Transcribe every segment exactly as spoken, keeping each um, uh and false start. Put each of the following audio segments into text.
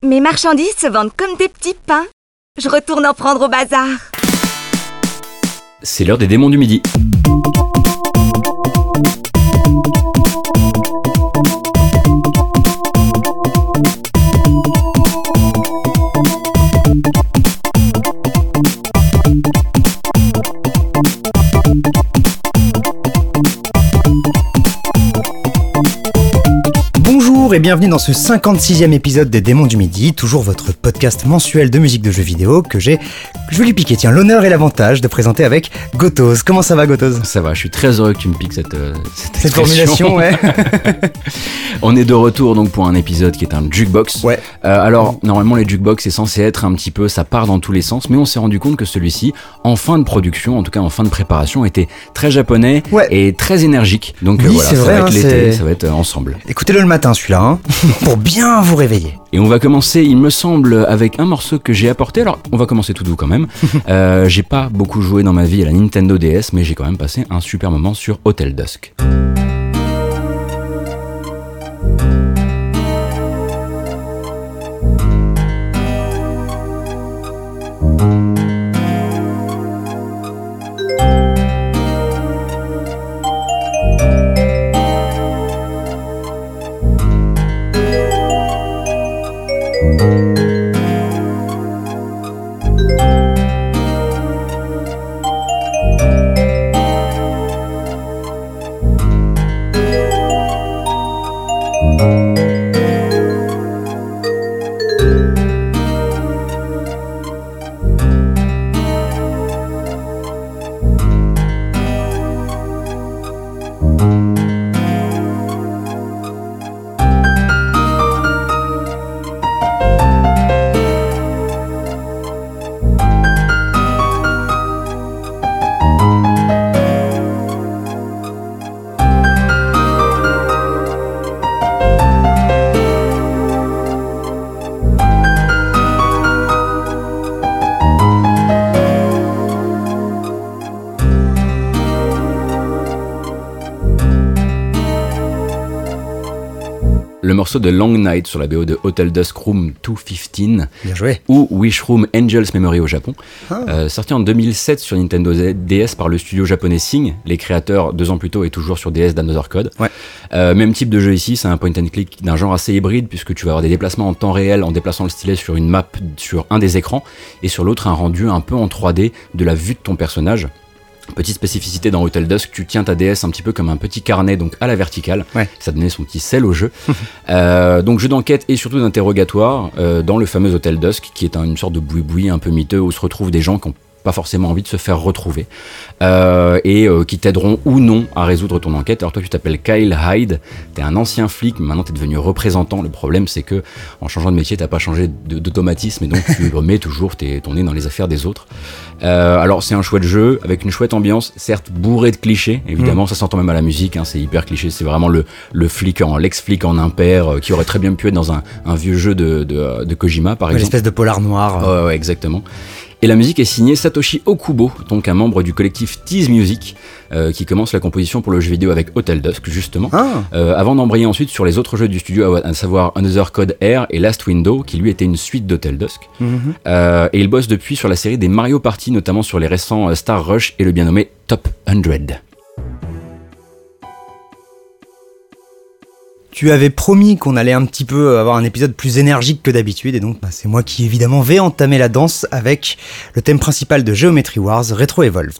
Mes marchandises se vendent comme des petits pains. Je retourne en prendre au bazar. C'est l'heure des démons du midi. Bonjour et bienvenue dans ce cinquante-sixième épisode des Démons du Midi, toujours votre podcast mensuel de musique de jeux vidéo que j'ai, je vais lui piquer, tiens, l'honneur et l'avantage de présenter avec Gotoz. Comment ça va, Gotoz ? Ça va, je suis très heureux que tu me piques cette euh, cette, cette formulation, ouais. On est de retour donc pour un épisode qui est un jukebox. Ouais. Euh, alors normalement les jukebox c'est censé être un petit peu, ça part dans tous les sens, mais on s'est rendu compte que celui-ci, en fin de production, en tout cas en fin de préparation, était très japonais ouais. et très énergique. Donc oui, euh, voilà, c'est ça vrai, va être hein, l'été, c'est... ça va être euh, ensemble. Écoutez-le le matin celui-là, hein, pour bien vous réveiller. Et on va commencer, il me semble, avec un morceau que j'ai apporté. Alors, on va commencer tout doux quand même. euh, j'ai pas beaucoup joué dans ma vie à la Nintendo D S, mais j'ai quand même passé un super moment sur Hotel Dusk. Le morceau de Long Night sur la B O de Hotel Dusk Room deux cent quinze. Bien joué. Ou Wish Room Angel's Memory au Japon. Ah. Euh, sorti en deux mille sept sur Nintendo D S par le studio japonais Sing, les créateurs deux ans plus tôt et toujours sur D S d'Another Code. Ouais. Euh, même type de jeu ici, c'est un point and click d'un genre assez hybride puisque tu vas avoir des déplacements en temps réel en déplaçant le stylet sur une map sur un des écrans et sur l'autre un rendu un peu en trois D de la vue de ton personnage. Petite spécificité dans Hotel Dusk, tu tiens ta D S un petit peu comme un petit carnet, donc à la verticale. Ouais. Ça donnait son petit sel au jeu. euh, donc jeu d'enquête et surtout d'interrogatoire euh, dans le fameux Hotel Dusk, qui est un, une sorte de boui-boui un peu miteux où se retrouvent des gens qui ont pas forcément envie de se faire retrouver euh, et euh, qui t'aideront ou non à résoudre ton enquête. Alors toi tu t'appelles Kyle Hyde, t'es un ancien flic, mais maintenant t'es devenu représentant. Le problème c'est que en changeant de métier t'as pas changé de, d'automatisme et donc tu remets toujours tes, ton nez dans les affaires des autres. Euh, alors c'est un chouette jeu avec une chouette ambiance, certes bourré de clichés, évidemment mmh. ça s'entend même à la musique, hein, c'est hyper cliché, c'est vraiment le, le flic en l'ex-flic en impair euh, qui aurait très bien pu être dans un, un vieux jeu de, de, de Kojima par ouais, exemple. L'espèce de polar noir. Ouais, ouais exactement. Et la musique est signée Satoshi Okubo, donc un membre du collectif Tease Music, euh, qui commence la composition pour le jeu vidéo avec Hotel Dusk, justement, ah. euh, avant d'embrayer ensuite sur les autres jeux du studio, à savoir Another Code Air et Last Window, qui lui était une suite d'Hotel Dusk. Mm-hmm. Euh, et il bosse depuis sur la série des Mario Party, notamment sur les récents Star Rush et le bien nommé Top cent. Tu avais promis qu'on allait un petit peu avoir un épisode plus énergique que d'habitude, et donc bah, c'est moi qui évidemment vais entamer la danse avec le thème principal de Geometry Wars, Retro Evolved.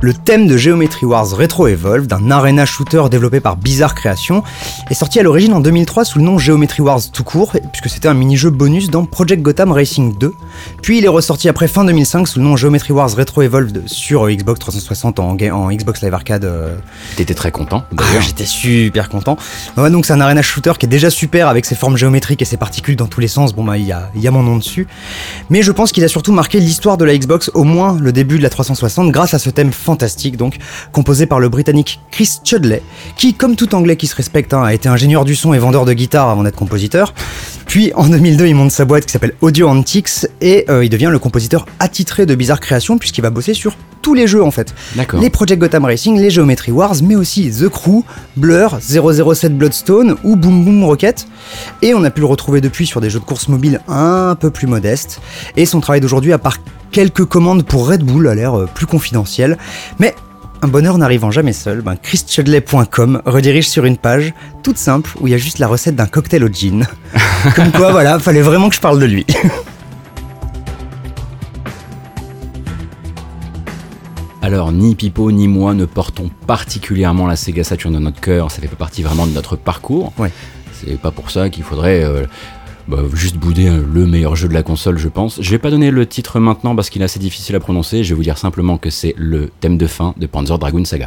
Le thème de Geometry Wars Retro Evolved, un arena shooter développé par Bizarre Creations, est sorti à l'origine en deux mille trois sous le nom Geometry Wars tout court, puisque c'était un mini-jeu bonus dans Project Gotham Racing deux. Puis il est ressorti après fin deux mille cinq sous le nom Geometry Wars Retro Evolved sur Xbox trois cent soixante en, en Xbox Live Arcade. Euh... T'étais très content, d'ailleurs. Ah, j'étais super content. Ouais, donc c'est un arena shooter qui est déjà super avec ses formes géométriques et ses particules dans tous les sens. Bon bah il y a, y a mon nom dessus. Mais je pense qu'il a surtout marqué l'histoire de la Xbox, au moins le début de la trois cent soixante, grâce à ce thème fantastique, donc composé par le britannique Chris Chudley, qui, comme tout anglais qui se respecte, hein, a été ingénieur du son et vendeur de guitare avant d'être compositeur. Puis en deux mille deux, il monte sa boîte qui s'appelle Audio Antics et euh, il devient le compositeur attitré de Bizarre Creations puisqu'il va bosser sur tous les jeux en fait. D'accord. Les Project Gotham Racing, les Geometry Wars, mais aussi The Crew, Blur, zéro zéro sept Bloodstone ou Boom Boom Rocket. Et on a pu le retrouver depuis sur des jeux de course mobile un peu plus modestes. Et son travail d'aujourd'hui, à part quelques commandes pour Red Bull, a l'air euh, plus confidentiel. Mais un bonheur n'arrivant jamais seul, ben chris chudley point com redirige sur une page toute simple où il y a juste la recette d'un cocktail au gin. Comme quoi, voilà, fallait vraiment que je parle de lui. Alors, ni Pipo ni moi ne portons particulièrement la Sega Saturn dans notre cœur, ça fait pas partie vraiment de notre parcours. Ouais. C'est pas pour ça qu'il faudrait euh, bah, juste bouder euh, le meilleur jeu de la console, je pense. Je vais pas donner le titre maintenant parce qu'il est assez difficile à prononcer, je vais vous dire simplement que c'est le thème de fin de Panzer Dragoon Saga.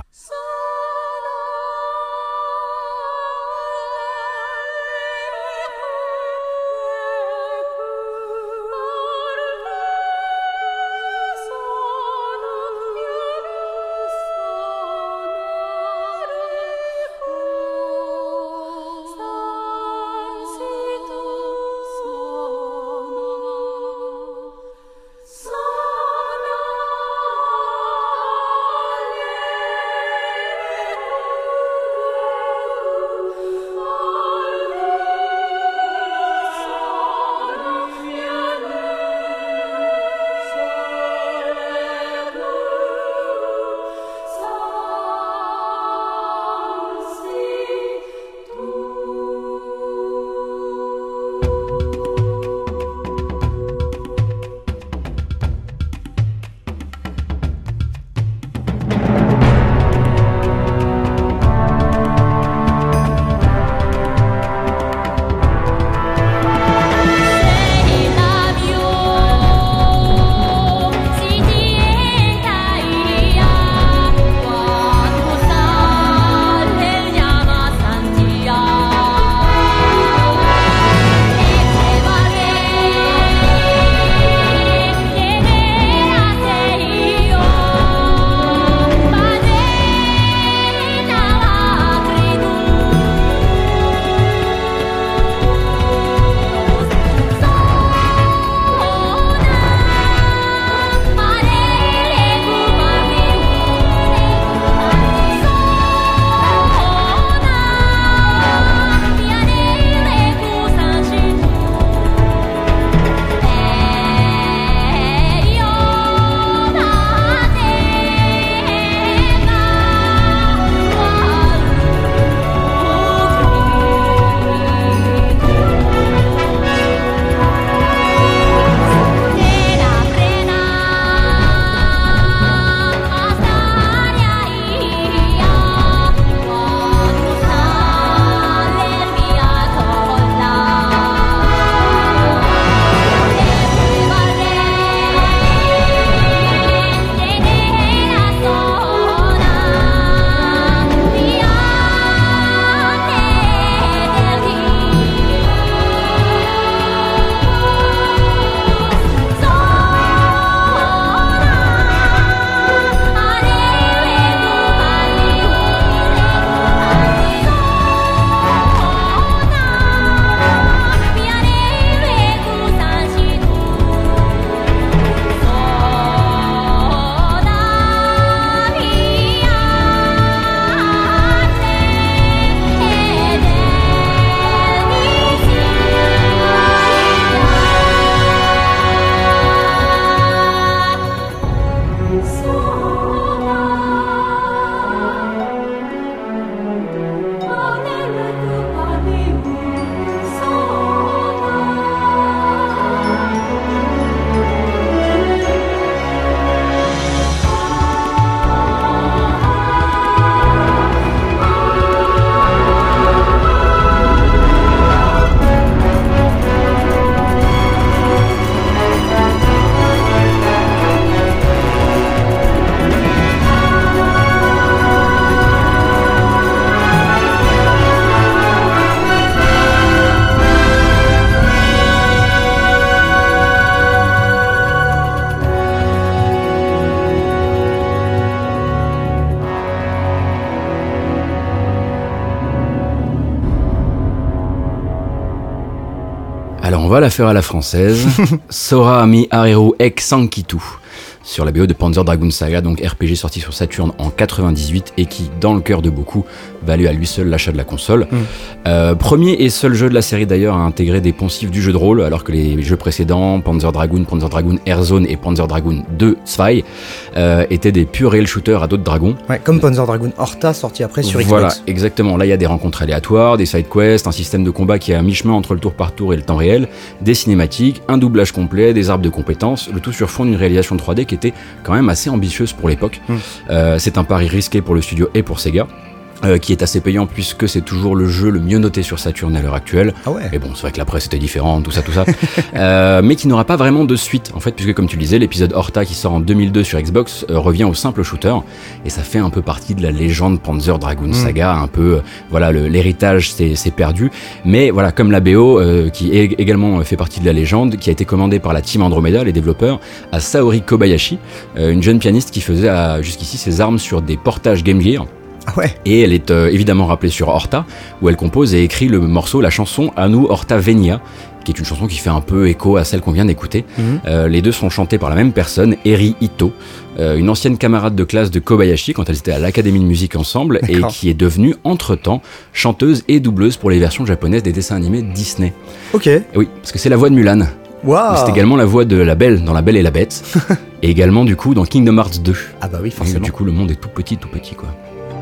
va la faire à la française. Sora mi Hareru ek Sankitu. Sur la B O de Panzer Dragoon Saga, donc R P G sorti sur Saturn en quatre-vingt-dix-huit et qui, dans le cœur de beaucoup, valut à lui seul l'achat de la console. Mm. Euh, premier et seul jeu de la série d'ailleurs à intégrer des poncifs du jeu de rôle, alors que les jeux précédents, Panzer Dragoon, Panzer Dragoon Airzone et Panzer Dragoon deux Zwei, euh, étaient des purs rail shooters à dos de dragons. Ouais, comme Panzer Dragoon Horta sorti après sur Xbox. Voilà, exactement. Là, il y a des rencontres aléatoires, des side quests, un système de combat qui est à mi-chemin entre le tour par tour et le temps réel, des cinématiques, un doublage complet, des arbres de compétences, le tout sur fond d'une réalisation trois D qui était quand même assez ambitieuse pour l'époque. Mmh. Euh, c'est un pari risqué pour le studio et pour Sega. Euh, qui est assez payant puisque c'est toujours le jeu le mieux noté sur Saturn à l'heure actuelle. Ah ouais. Et bon, c'est vrai que la presse était différente, tout ça, tout ça. euh, mais qui n'aura pas vraiment de suite, en fait, puisque comme tu le disais, l'épisode Horta qui sort en deux mille deux sur Xbox euh, revient au simple shooter, et ça fait un peu partie de la légende Panzer Dragoon Saga, mmh. un peu, euh, voilà, le, l'héritage s'est, s'est perdu, mais voilà, comme la B O, euh, qui est également fait partie de la légende, qui a été commandée par la team Andromeda, les développeurs, à Saori Kobayashi, euh, une jeune pianiste qui faisait à, jusqu'ici ses armes sur des portages Game Gear. Ah ouais. Et elle est euh, évidemment rappelée sur Horta, où elle compose et écrit le morceau, la chanson Anu Horta Venia, qui est une chanson qui fait un peu écho à celle qu'on vient d'écouter. Mmh. Euh, les deux sont chantés par la même personne, Eri Ito, euh, une ancienne camarade de classe de Kobayashi quand elles étaient à l'Académie de musique ensemble. D'accord. Et qui est devenue entre-temps chanteuse et doubleuse pour les versions japonaises des dessins animés Disney. Ok. Et oui, parce que c'est la voix de Mulan. Wow. C'est également la voix de la Belle dans La Belle et la Bête, et également du coup dans Kingdom Hearts deux. Ah bah oui, forcément. Et, du coup, le monde est tout petit, tout petit quoi.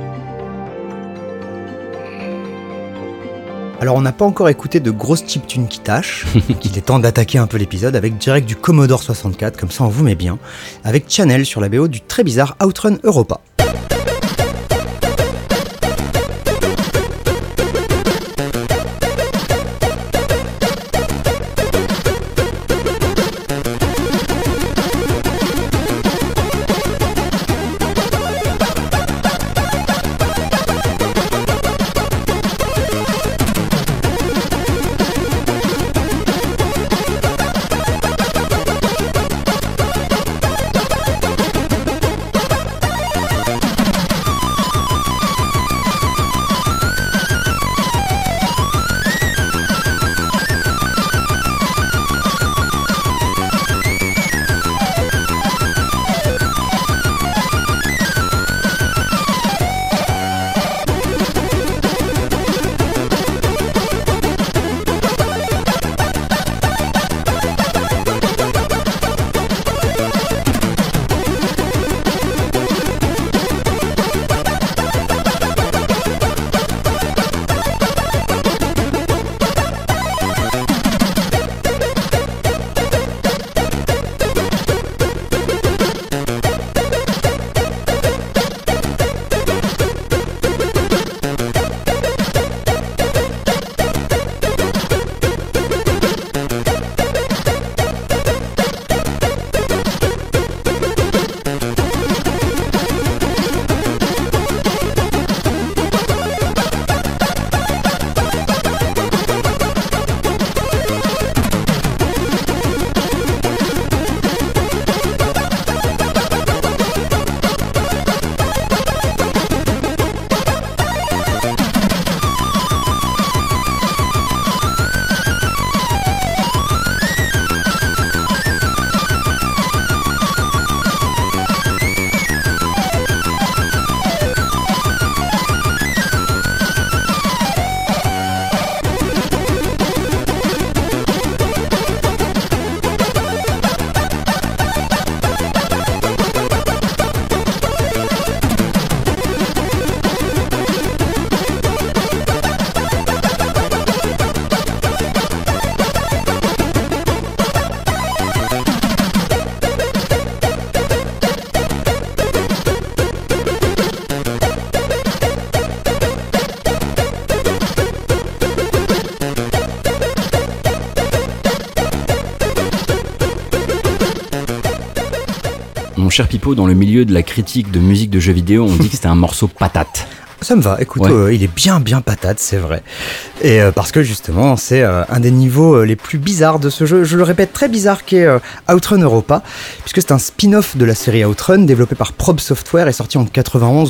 Alors on n'a pas encore écouté de grosses chiptunes qui tâchent, il est temps d'attaquer un peu l'épisode avec direct du Commodore soixante-quatre, comme ça on vous met bien, avec Channel sur la B O du très bizarre Outrun Europa. Mon cher Pipo, dans le milieu de la critique de musique de jeux vidéo, on dit que c'était un morceau patate. Ça me va, écoute, ouais. euh, il est bien bien patate, c'est vrai. Et euh, parce que justement, c'est euh, un des niveaux euh, les plus bizarres de ce jeu, je le répète, très bizarre, qu'est euh, Outrun Europa, puisque c'est un spin-off de la série Outrun, développé par Probe Software et sorti en quatre-vingt-onze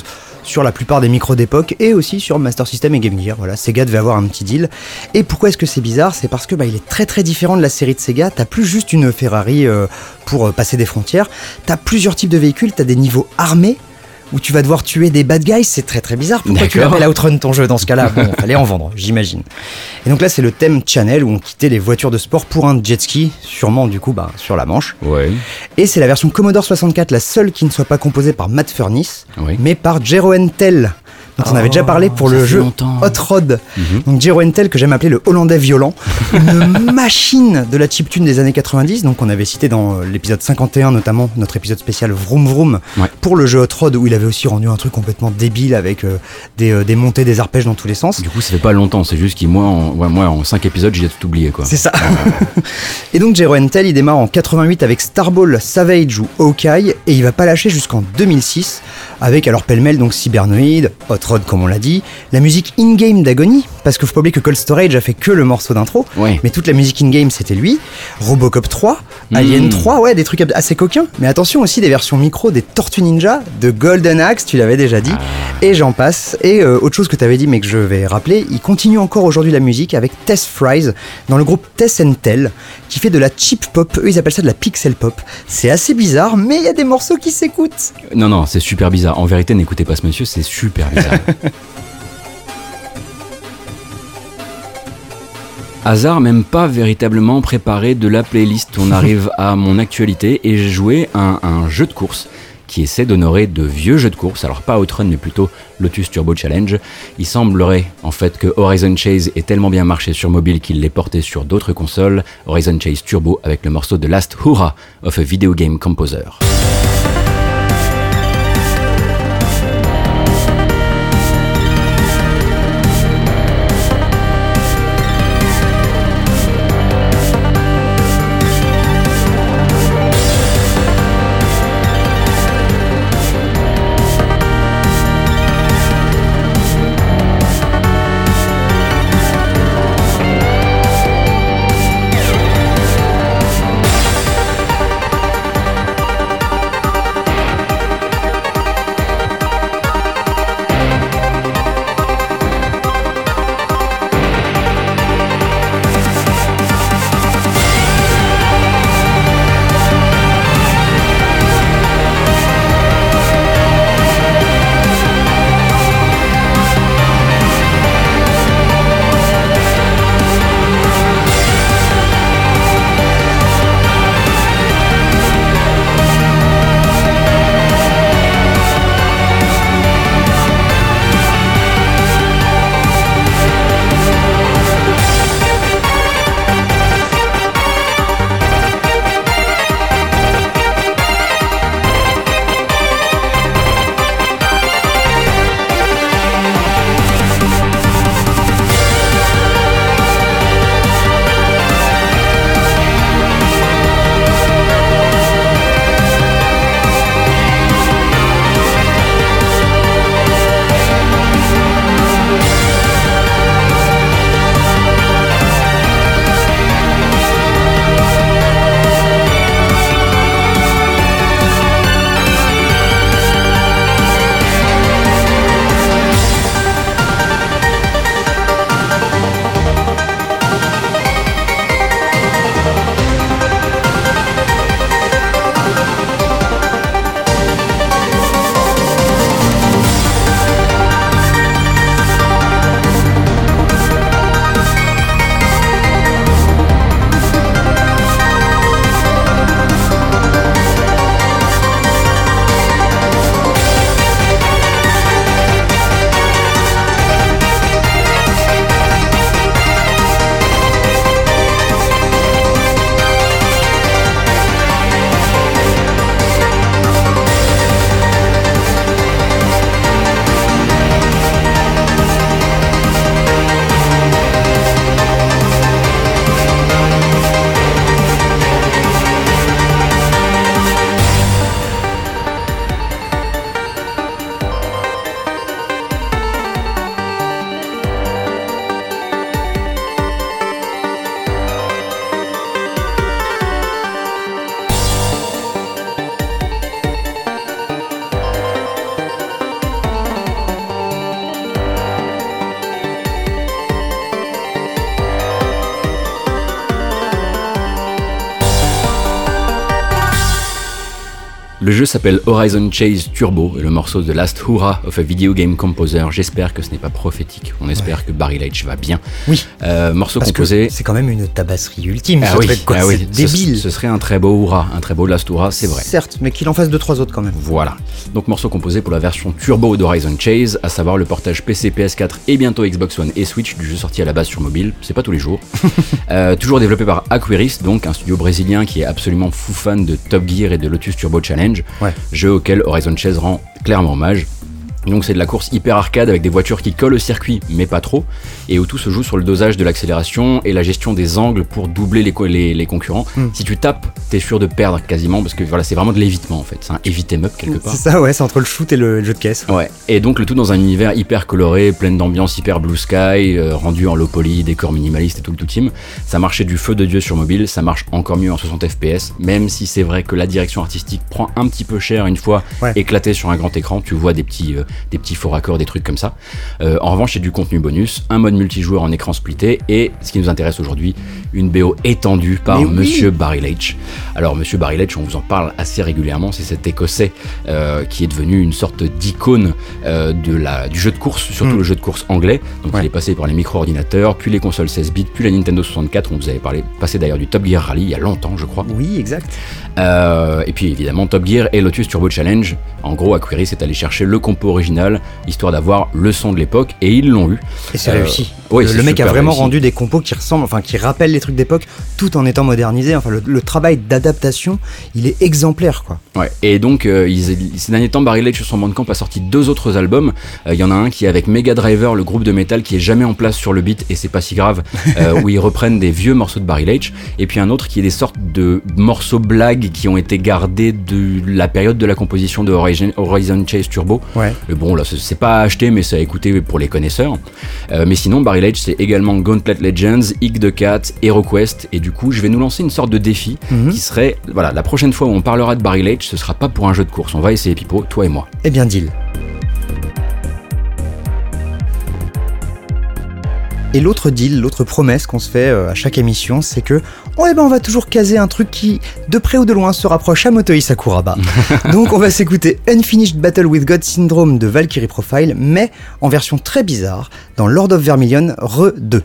sur la plupart des micros d'époque et aussi sur Master System et Game Gear. Voilà, Sega devait avoir un petit deal. Et pourquoi est-ce que c'est bizarre ? C'est parce que bah, il est très très différent de la série de Sega. T'as plus juste une Ferrari euh, pour euh, passer des frontières. T'as plusieurs types de véhicules, t'as des niveaux armés où tu vas devoir tuer des bad guys, c'est très très bizarre. Pourquoi tu l'appelles Outrun ton jeu dans ce cas-là ? Bon, fallait en vendre, j'imagine. Et donc là, c'est le thème Channel où on quittait les voitures de sport pour un jet ski, sûrement du coup bah, sur la Manche. Ouais. Et c'est la version Commodore soixante-quatre, la seule qui ne soit pas composée par Matt Furniss, Oui. mais par Jero Entel. Donc on avait Oh, déjà parlé pour ça le fait jeu longtemps. Hot Rod. Mhm. Donc Jero Entel, que j'aime appeler le Hollandais violent, une machine de la chiptune des années quatre-vingt-dix. Donc on avait cité dans l'épisode cinquante et un notamment, notre épisode spécial Vroom Vroom, Ouais. pour le jeu Hot Rod, où il avait aussi rendu un truc complètement débile avec euh, des, euh, des montées, des arpèges dans tous les sens. Du coup, ça fait pas longtemps, c'est juste qu'il moi en, ouais, moi, en cinq épisodes, j'ai tout oublié, quoi. C'est ça. Et donc Jero Entel, il démarre en quatre-vingt-huit avec Starball, Savage ou Hawkeye, et il va pas lâcher jusqu'en deux mille six, avec alors pêle-mêle donc Cybernoid, Hot Rod comme on l'a dit, la musique in-game d'Agony, parce que faut pas oublier que Cold Storage a fait que le morceau d'intro, Ouais. mais toute la musique in-game c'était lui, Robocop trois, Alien Mm. trois, ouais, des trucs assez coquins, mais attention aussi des versions micro des Tortues Ninja, de Golden Axe, tu l'avais déjà dit, et j'en passe. Et euh, autre chose que t'avais dit mais que je vais rappeler, il continue encore aujourd'hui la musique avec Tess Fries dans le groupe Tess and Tell, qui fait de la cheap pop, eux ils appellent ça de la pixel pop. C'est assez bizarre, mais il y a des morceaux qui s'écoutent. Non, non, c'est super bizarre. En vérité, n'écoutez pas ce monsieur, c'est super bizarre. Hasard, même pas véritablement préparé de la playlist. On arrive à mon actualité et j'ai joué un, un jeu de course qui essaie d'honorer de vieux jeux de course, alors pas Outrun mais plutôt Lotus Turbo Challenge. Il semblerait en fait que Horizon Chase ait tellement bien marché sur mobile qu'il l'ait porté sur d'autres consoles. Horizon Chase Turbo avec le morceau The Last Hurrah of a Video Game Composer. Le jeu s'appelle Horizon Chase Turbo et le morceau The Last Hurrah of a Video Game Composer. J'espère que ce n'est pas prophétique. On espère ouais. que Barry Leitch va bien. Oui. Euh, morceau Parce composé. Que c'est quand même une tabasserie ultime. Ah ce oui, truc, quoi. ah c'est oui. débile. Ce, ce serait un très beau hurrah, un très beau Last Hurrah, c'est vrai. Certes, mais qu'il en fasse deux trois autres quand même. Voilà. Donc morceau composé pour la version Turbo d'Horizon Chase, à savoir le portage P C, P S quatre et bientôt Xbox One et Switch du jeu sorti à la base sur mobile. C'est pas tous les jours. euh, toujours développé par Aquiris, donc un studio brésilien qui est absolument fou fan de Top Gear et de Lotus Turbo Challenge. Ouais. Jeu auquel Horizon Chase rend clairement hommage. Donc c'est de la course hyper arcade avec des voitures qui collent au circuit, mais pas trop, et où tout se joue sur le dosage de l'accélération et la gestion des angles pour doubler les, co- les, les concurrents. Mm. Si tu tapes, t'es sûr de perdre quasiment, parce que voilà, c'est vraiment de l'évitement en fait, c'est un évite em up quelque part. C'est ça, ouais, c'est entre le shoot et le jeu de caisse. Ouais, et donc le tout dans un univers hyper coloré, plein d'ambiance hyper blue sky, euh, rendu en low poly, décor minimaliste et tout le tout team. Ça marchait du feu de Dieu sur mobile, ça marche encore mieux en soixante F P S, même si c'est vrai que la direction artistique prend un petit peu cher une fois ouais. éclatée sur un grand écran, tu vois des petits... Euh, des petits faux raccords, des trucs comme ça. Euh, en revanche, il y a du contenu bonus, un mode multijoueur en écran splitté et, ce qui nous intéresse aujourd'hui, une B O étendue par oui. Monsieur Barry Leitch. Alors, Monsieur Barry Leitch, on vous en parle assez régulièrement, c'est cet Écossais euh, qui est devenu une sorte d'icône euh, de la, du jeu de course, surtout mmh. le jeu de course anglais. Donc, ouais. il est passé par les micro-ordinateurs, puis les consoles seize bits, puis la Nintendo soixante-quatre. On vous avait parlé, passé d'ailleurs du Top Gear Rally il y a longtemps, je crois. Oui, exact. Euh, et puis, évidemment, Top Gear et Lotus Turbo Challenge. En gros, Aquiris est allé chercher le compo original, histoire d'avoir le son de l'époque, et ils l'ont eu. Et c'est euh, réussi. Ouais, le, c'est le mec a vraiment réussi. rendu des compos qui ressemblent, enfin qui rappellent les trucs d'époque, tout en étant modernisés. Enfin, le, le travail d'adaptation, il est exemplaire, quoi. Ouais. Et donc, euh, ils, ces derniers temps, Barry Leitch sur son Bandcamp a sorti deux autres albums. Il euh, y en a un qui est avec Mega Driver, le groupe de métal qui est jamais en place sur le beat, et c'est pas si grave, euh, où ils reprennent des vieux morceaux de Barry Leitch. Et puis un autre qui est des sortes de morceaux blagues qui ont été gardés de la période de la composition de Horizon, Horizon Chase Turbo. Ouais. Le bon, là, c'est pas à acheter, mais c'est à écouter pour les connaisseurs. Euh, mais sinon, Barry Leitch, c'est également Gauntlet Legends, Hic the Cat, HeroQuest, et du coup, je vais nous lancer une sorte de défi mm-hmm. qui serait, voilà, la prochaine fois où on parlera de Barry Leitch, ce sera pas pour un jeu de course. On va essayer, Pipo, toi et moi. Eh bien, deal. Et l'autre deal, l'autre promesse qu'on se fait à chaque émission, c'est que oh, eh ben on va toujours caser un truc qui, de près ou de loin, se rapproche à Motoi Sakuraba. Donc on va s'écouter Unfinished Battle with God Syndrome de Valkyrie Profile, mais en version très bizarre, dans Lord of Vermilion Re deux.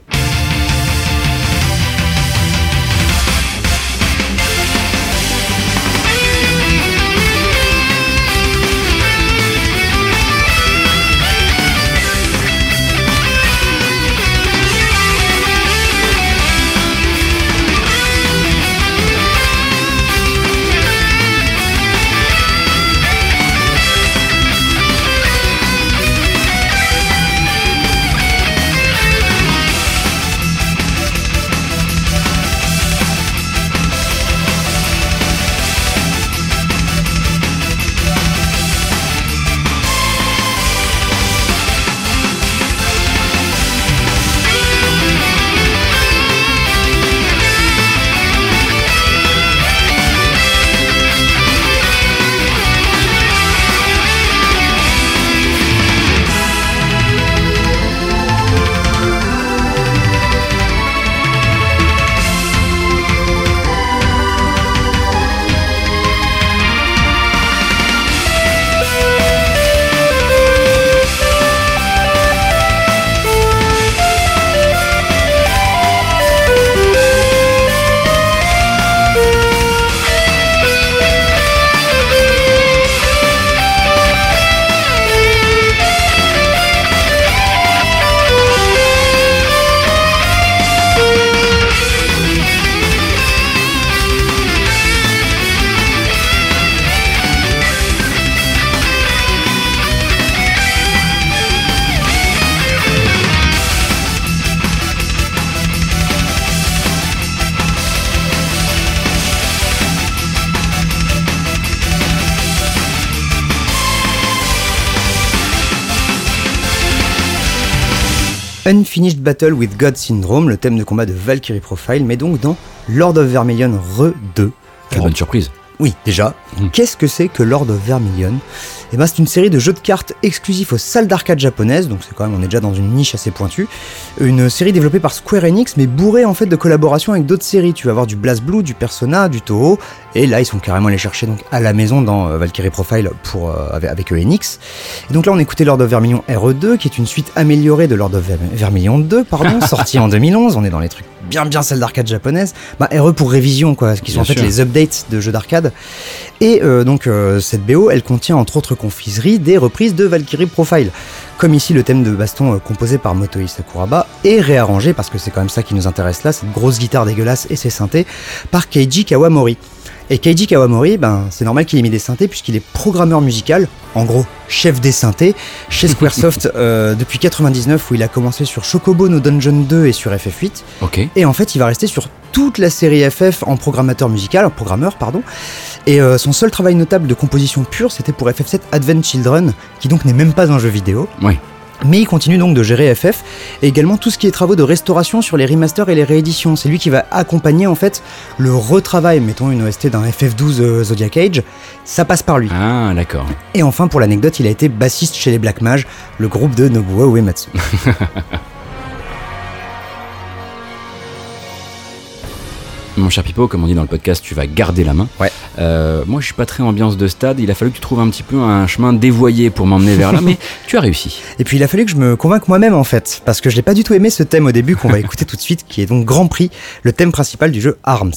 Unfinished Battle with God Syndrome, le thème de combat de Valkyrie Profile, mais donc dans Lord of Vermilion Re deux. Quelle bonne surprise. Oui, déjà, mmh. qu'est-ce que c'est que Lord of Vermilion ? Et ben c'est une série de jeux de cartes exclusifs aux salles d'arcade japonaises, donc c'est quand même, on est déjà dans une niche assez pointue. Une série développée par Square Enix, mais bourrée en fait de collaborations avec d'autres séries. Tu vas avoir du BlazBlue, du Persona, du Toho, et là ils sont carrément allés chercher donc à la maison dans euh, Valkyrie Profile pour, euh, avec, avec Enix. Et donc là on écoutait Lord of Vermilion R E deux, qui est une suite améliorée de Lord of Vermilion deux, pardon, sorti en deux mille onze, on est dans les trucs bien bien celle d'arcade japonaise, bah R E pour révision quoi, qui sont bien en fait sûr. Les updates de jeux d'arcade. Et euh, donc euh, cette B O elle contient entre autres confiseries des reprises de Valkyrie Profile, comme ici le thème de baston euh, composé par Motoi Sakuraba et réarrangé, parce que c'est quand même ça qui nous intéresse là, cette grosse guitare dégueulasse et ses synthés, par Keiji Kawamori. Et Keiji Kawamori, ben, c'est normal qu'il ait mis des synthés puisqu'il est programmeur musical, en gros chef des synthés, chez Squaresoft euh, depuis quatre-vingt-dix-neuf, où il a commencé sur Chocobo no Dungeon deux et sur F F huit. Okay. Et en fait, il va rester sur toute la série F F en programmateur musical, en programmeur, pardon. Et euh, son seul travail notable de composition pure, c'était pour F F sept Advent Children, qui donc n'est même pas un jeu vidéo. Oui. Mais il continue donc de gérer F F et également tout ce qui est travaux de restauration sur les remasters et les rééditions. C'est lui qui va accompagner en fait le retravail, mettons une O S T d'un F F douze euh, Zodiac Age, ça passe par lui. Ah d'accord. Et enfin pour l'anecdote, il a été bassiste chez les Black Mage, le groupe de Nobuo Uematsu. Mon cher Pipo, comme on dit dans le podcast, tu vas garder la main. Ouais. Euh, moi, je suis pas très ambiance de stade. Il a fallu que tu trouves un petit peu un chemin dévoyé pour m'emmener vers là, mais tu as réussi. Et puis il a fallu que je me convainque moi-même en fait, parce que je n'ai pas du tout aimé ce thème au début qu'on va écouter tout de suite, qui est donc Grand Prix, le thème principal du jeu Arms.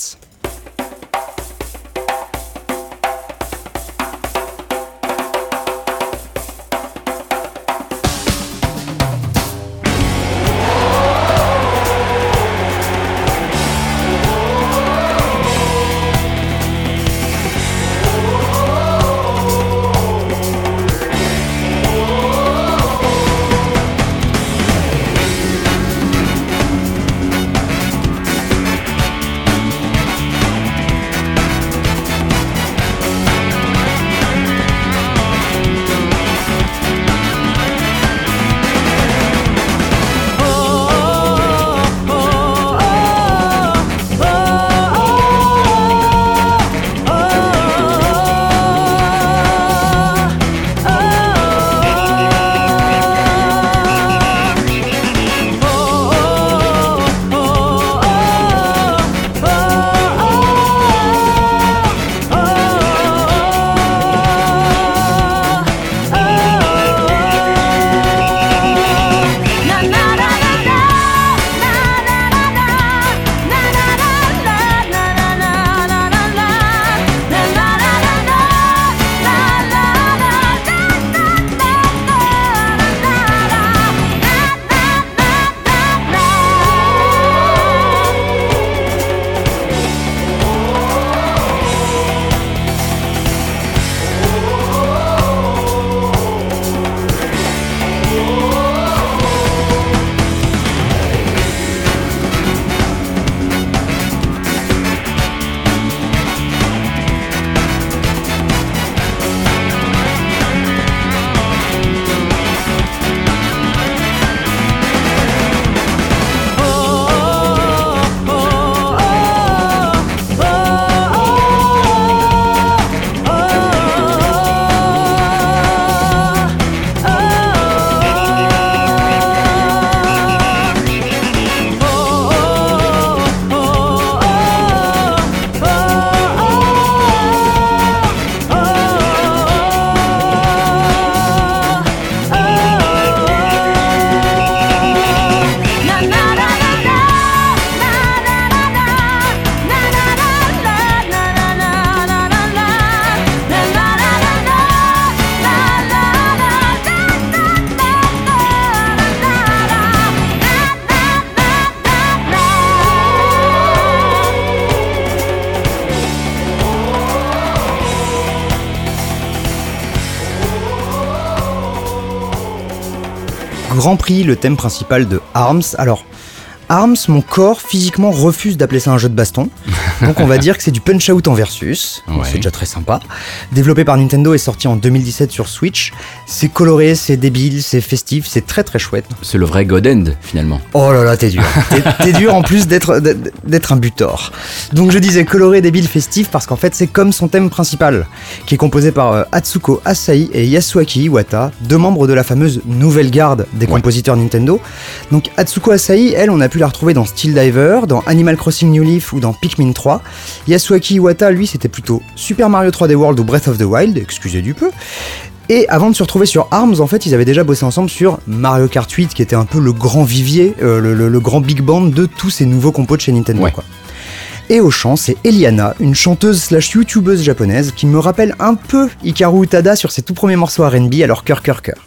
Grand Prix, le thème principal de Arms. Alors, Arms, mon corps physiquement refuse d'appeler ça un jeu de baston. Donc on va dire que c'est du punch-out en versus. Ouais. C'est déjà très sympa. Développé par Nintendo et sorti en deux mille dix-sept sur Switch. C'est coloré, c'est débile, c'est festif, c'est très très chouette. C'est le vrai God End finalement. Oh là là, t'es dur. T'es, t'es dur en plus d'être, d'être un butor. Donc je disais coloré, débile, festif parce qu'en fait c'est comme son thème principal, qui est composé par euh, Atsuko Asahi et Yasuaki Iwata, deux membres de la fameuse nouvelle garde des ouais. compositeurs Nintendo. Donc Atsuko Asahi, elle, on a pu la retrouver dans Steel Diver, dans Animal Crossing New Leaf ou dans Pikmin trois. Yasuaki Iwata, lui, c'était plutôt Super Mario trois D World ou Breath of the Wild, excusez du peu. Et avant de se retrouver sur Arms, en fait, ils avaient déjà bossé ensemble sur Mario Kart huit, qui était un peu le grand vivier, euh, le, le, le grand big band de tous ces nouveaux compos de chez Nintendo, ouais. quoi. Et au chant, c'est Eliana, une chanteuse slash youtubeuse japonaise qui me rappelle un peu Hikaru Utada sur ses tout premiers morceaux R and B, alors cœur, cœur, cœur.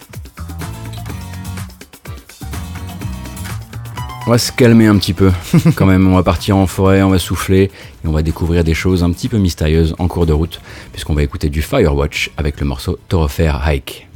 On va se calmer un petit peu, quand même, on va partir en forêt, on va souffler, et on va découvrir des choses un petit peu mystérieuses en cours de route, puisqu'on va écouter du Firewatch avec le morceau Thoroughfare Hike.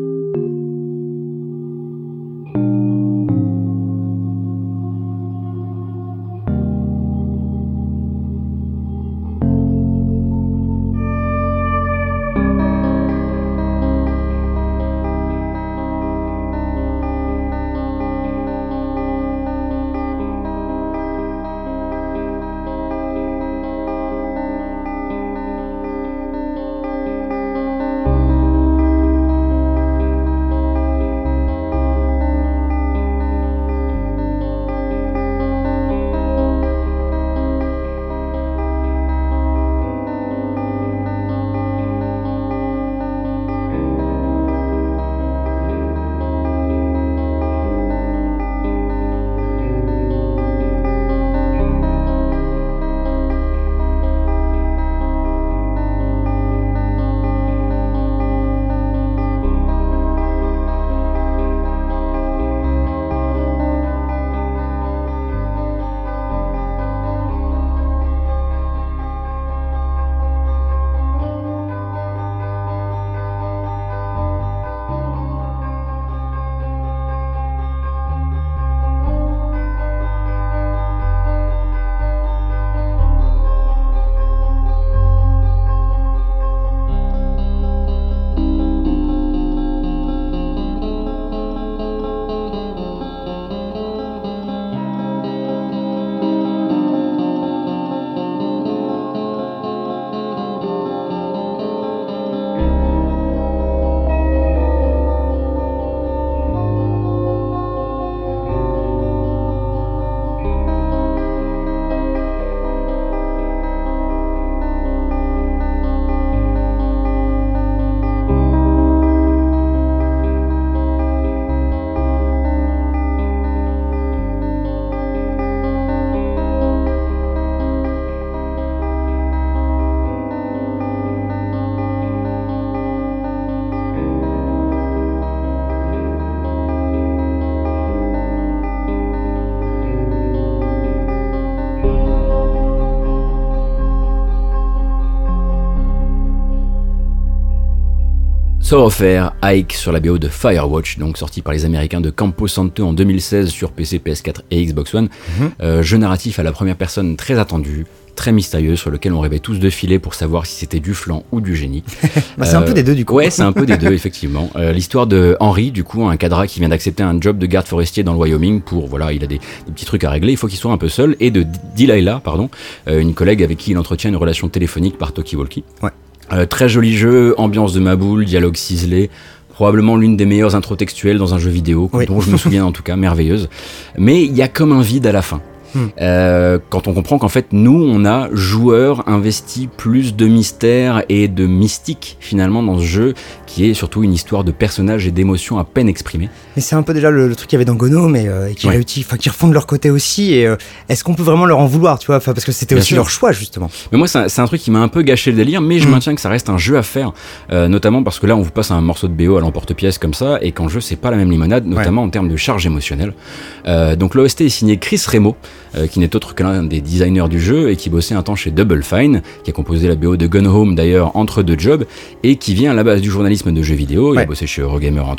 Thoroughfare Hike sur la B O de Firewatch, donc sorti par les Américains de Campo Santo en deux mille seize sur P C, P S quatre et Xbox One. Mm-hmm. Euh, jeu narratif à la première personne très attendu, très mystérieux, sur lequel on rêvait tous de filer pour savoir si c'était du flan ou du génie. bah, c'est euh, un peu des deux du coup. Ouais, c'est un peu des deux effectivement. Euh, l'histoire de Henry, du coup, un cadra qui vient d'accepter un job de garde forestier dans le Wyoming pour, voilà, il a des, des petits trucs à régler, il faut qu'il soit un peu seul, et de Delilah, pardon, euh, une collègue avec qui il entretient une relation téléphonique par talkie-walkie. Ouais. Euh, très joli jeu, ambiance de maboule, dialogue ciselé, probablement l'une des meilleures intros textuelles dans un jeu vidéo, oui. dont je me souviens en tout cas, merveilleuse. Mais il y a comme un vide à la fin. Hmm. Euh, quand on comprend qu'en fait nous on a joueurs investi plus de mystère et de mystique finalement dans ce jeu qui est surtout une histoire de personnages et d'émotions à peine exprimées. Mais c'est un peu déjà le, le truc qu'il y avait dans Gono mais euh, qui ouais. réussit, enfin qui refont de leur côté aussi et euh, est-ce qu'on peut vraiment leur en vouloir, tu vois, parce que c'était Bien aussi sûr. leur choix justement. Mais moi c'est un, c'est un truc qui m'a un peu gâché le délire, mais je hmm. maintiens que ça reste un jeu à faire, euh, notamment parce que là on vous passe un morceau de B O à l'emporte-pièce comme ça et qu'en jeu c'est pas la même limonade, notamment ouais. en termes de charge émotionnelle. Euh, donc l'O S T est signé Chris Remo, Euh, qui n'est autre que l'un des designers du jeu et qui bossait un temps chez Double Fine, qui a composé la B O de Gone Home d'ailleurs entre deux jobs, et qui vient à la base du journalisme de jeux vidéo, ouais. il a bossé chez Eurogamer entre autres,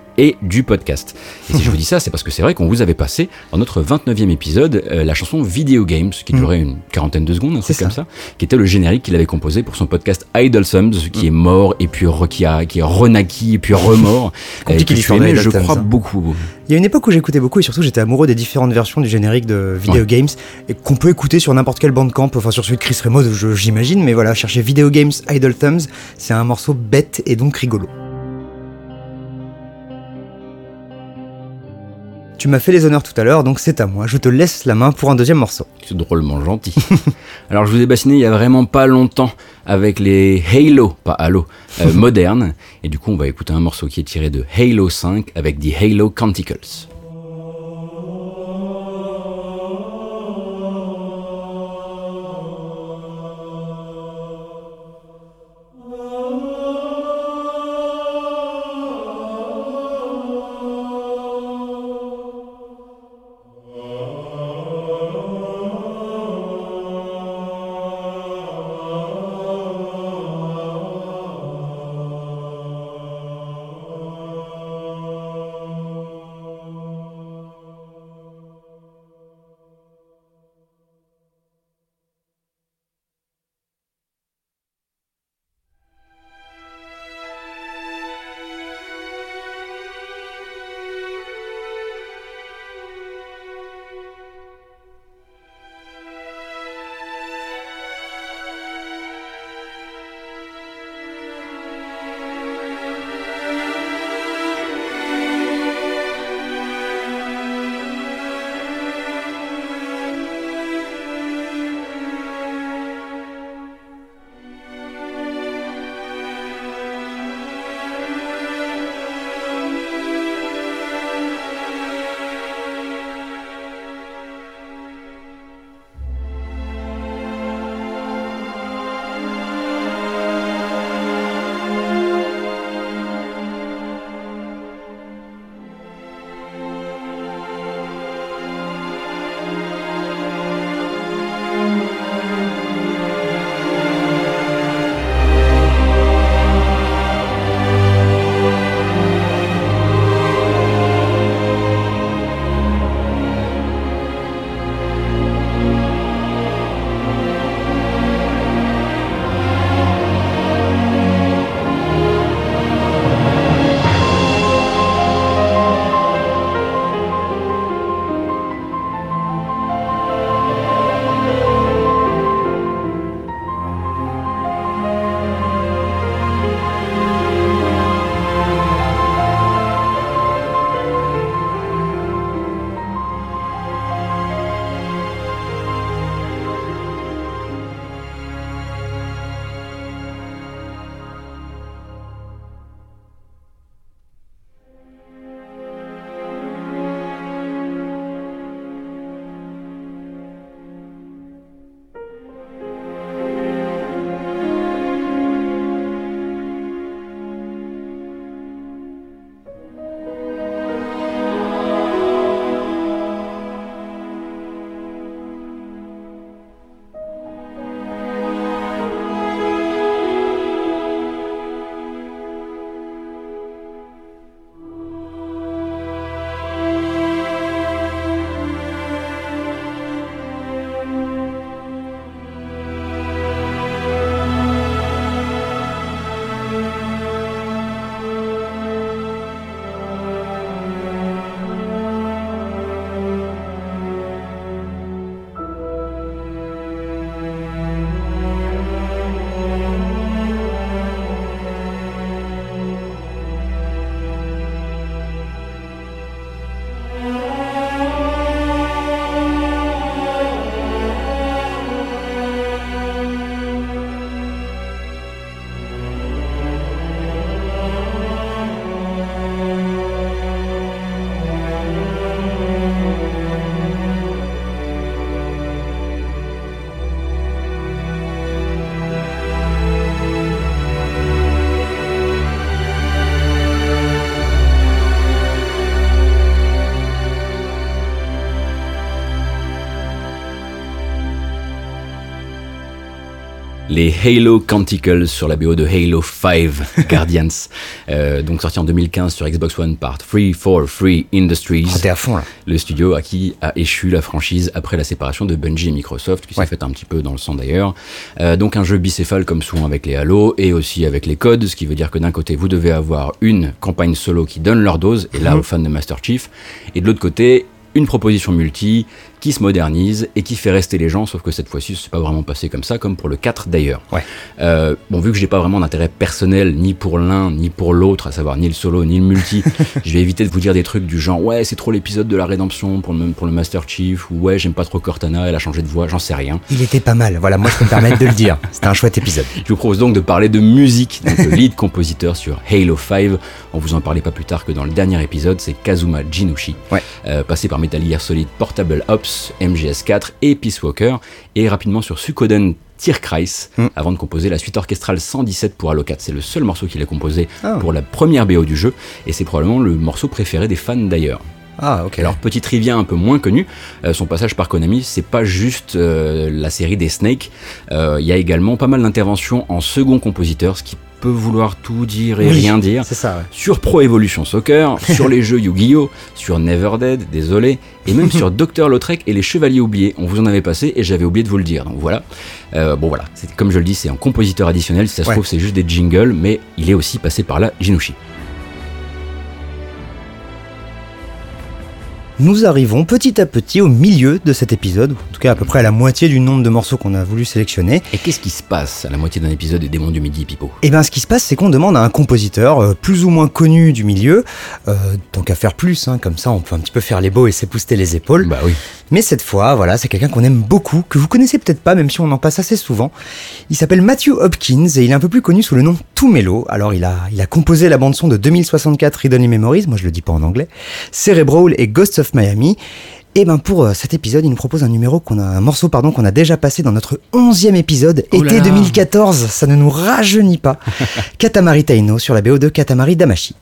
et du podcast. Et si je vous dis ça, c'est parce que c'est vrai qu'on vous avait passé dans notre vingt-neuvième épisode euh, la chanson Video Games, qui durait une quarantaine de secondes, un truc comme ça, qui était le générique qu'il avait composé pour son podcast Idle Thumbs, qui est mort et puis re, qui, a, qui est renaquis et puis remort. Compliqué l'histoire, mais je crois beaucoup. Il y a une époque où j'écoutais beaucoup et surtout j'étais amoureux des différentes versions du générique de Video ouais. Games et qu'on peut écouter sur n'importe quel Bandcamp, enfin sur celui de Chris Remo, je, j'imagine, mais voilà, chercher Video Games Idle Thumbs, c'est un morceau bête et donc rigolo. Tu m'as fait les honneurs tout à l'heure, donc c'est à moi. Je te laisse la main pour un deuxième morceau. C'est drôlement gentil. Alors je vous ai bassiné il y a vraiment pas longtemps avec les Halo, pas Halo, euh, modernes. Et du coup on va écouter un morceau qui est tiré de Halo cinq avec The Halo Canticles. les Halo Canticles sur la B O de Halo cinq Guardians, euh, donc sorti en deux mille quinze sur Xbox One par trois cent quarante-trois Industries. Oh, t'es à fond là. Le studio à qui a échu la franchise après la séparation de Bungie et Microsoft, qui ouais. s'est fait un petit peu dans le sang d'ailleurs. Euh, donc un jeu bicéphale comme souvent avec les Halo et aussi avec les codes, ce qui veut dire que d'un côté vous devez avoir une campagne solo qui donne leur dose, et là mmh. aux fans de Master Chief, et de l'autre côté une proposition multi qui se modernise et qui fait rester les gens, sauf que cette fois-ci, c'est pas vraiment passé comme ça, comme pour le quatre d'ailleurs. Ouais. Euh, bon, vu que j'ai pas vraiment d'intérêt personnel, ni pour l'un, ni pour l'autre, à savoir ni le solo, ni le multi, je vais éviter de vous dire des trucs du genre, ouais, c'est trop l'épisode de la rédemption pour le, pour le Master Chief, ou ouais, j'aime pas trop Cortana, elle a changé de voix, j'en sais rien. Il était pas mal, voilà, moi je peux me permettre de le dire. C'était un chouette épisode. Je vous propose donc de parler de musique, donc le lead compositeur sur Halo cinq. On vous en parlait pas plus tard que dans le dernier épisode, c'est Kazuma Jinushi, ouais. euh, passé par Metal Gear Solid Portable Ops, M G S quatre et Peace Walker, et rapidement sur Suikoden Tierkreis, mm. avant de composer la suite orchestrale cent dix-sept pour Halo quatre. C'est le seul morceau qu'il a composé oh. pour la première B O du jeu, et c'est probablement le morceau préféré des fans d'ailleurs. Ah, ok. Alors, petit trivia un peu moins connu, euh, son passage par Konami, c'est pas juste euh, la série des Snake, il euh, y a également pas mal d'interventions en second compositeur, ce qui peut vouloir tout dire et oui, rien dire. C'est ça, ouais. Sur Pro Evolution Soccer, sur les jeux Yu-Gi-Oh!, sur Never Dead, désolé, et même sur Docteur Lautrec et les Chevaliers Oubliés. On vous en avait passé et j'avais oublié de vous le dire. Donc voilà. Euh, bon voilà, c'est, comme je le dis, c'est un compositeur additionnel. Si ça se ouais. trouve, c'est juste des jingles, mais il est aussi passé par là, Jinushi. Nous arrivons petit à petit au milieu de cet épisode, en tout cas à peu près à la moitié du nombre de morceaux qu'on a voulu sélectionner. Et qu'est-ce qui se passe à la moitié d'un épisode des Démons du Midi, Pipo ? Eh bien, ce qui se passe, c'est qu'on demande à un compositeur euh, plus ou moins connu du milieu, euh, tant qu'à faire plus, hein, comme ça on peut un petit peu faire les beaux et s'épouster les épaules. Bah oui. Mais cette fois, voilà, c'est quelqu'un qu'on aime beaucoup, que vous connaissez peut-être pas, même si on en passe assez souvent. Il s'appelle Matthew Hopkins et il est un peu plus connu sous le nom Tumelo. Alors, il a, il a composé la bande-son de deux mille soixante-quatre Read Only Memories, moi je le dis pas en anglais, Cerebral et Ghosts of Miami. Et ben pour euh, cet épisode, il nous propose un numéro qu'on a, un morceau pardon qu'on a déjà passé dans notre onzième épisode, oh été deux mille quatorze. Ça ne nous rajeunit pas. Katamari Taino sur la B O de Katamari Damacy.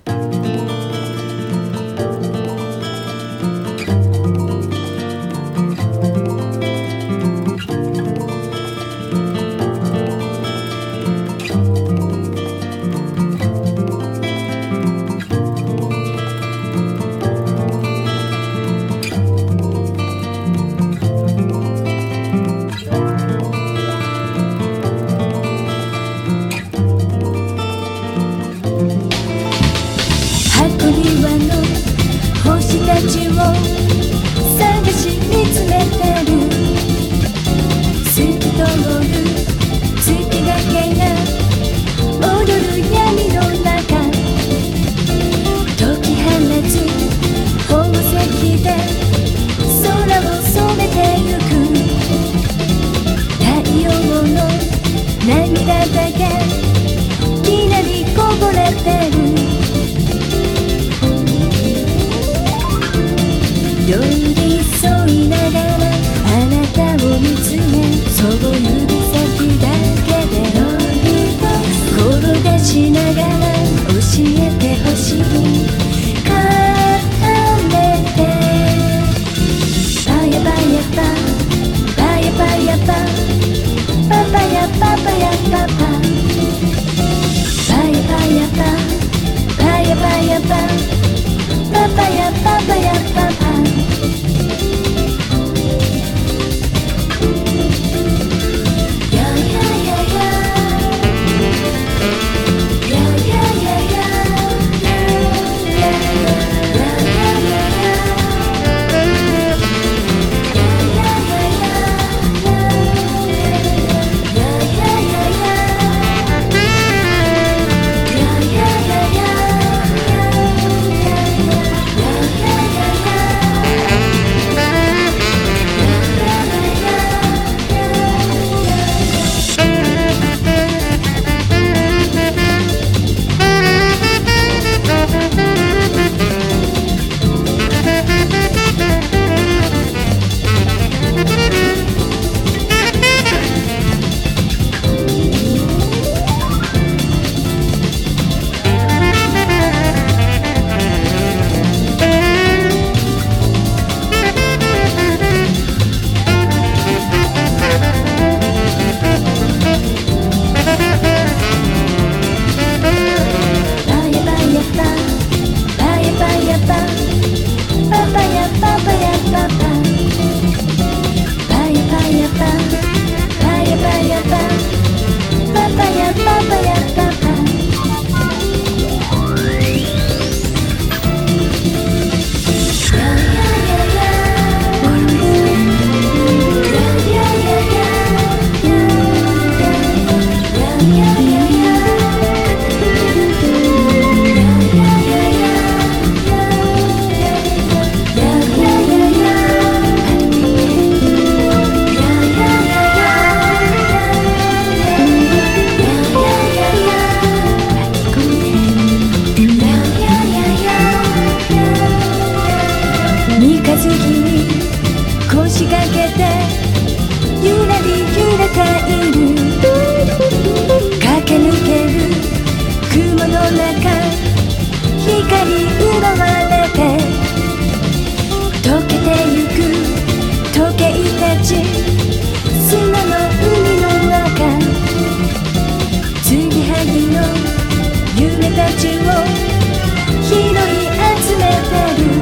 たちを拾い集めてる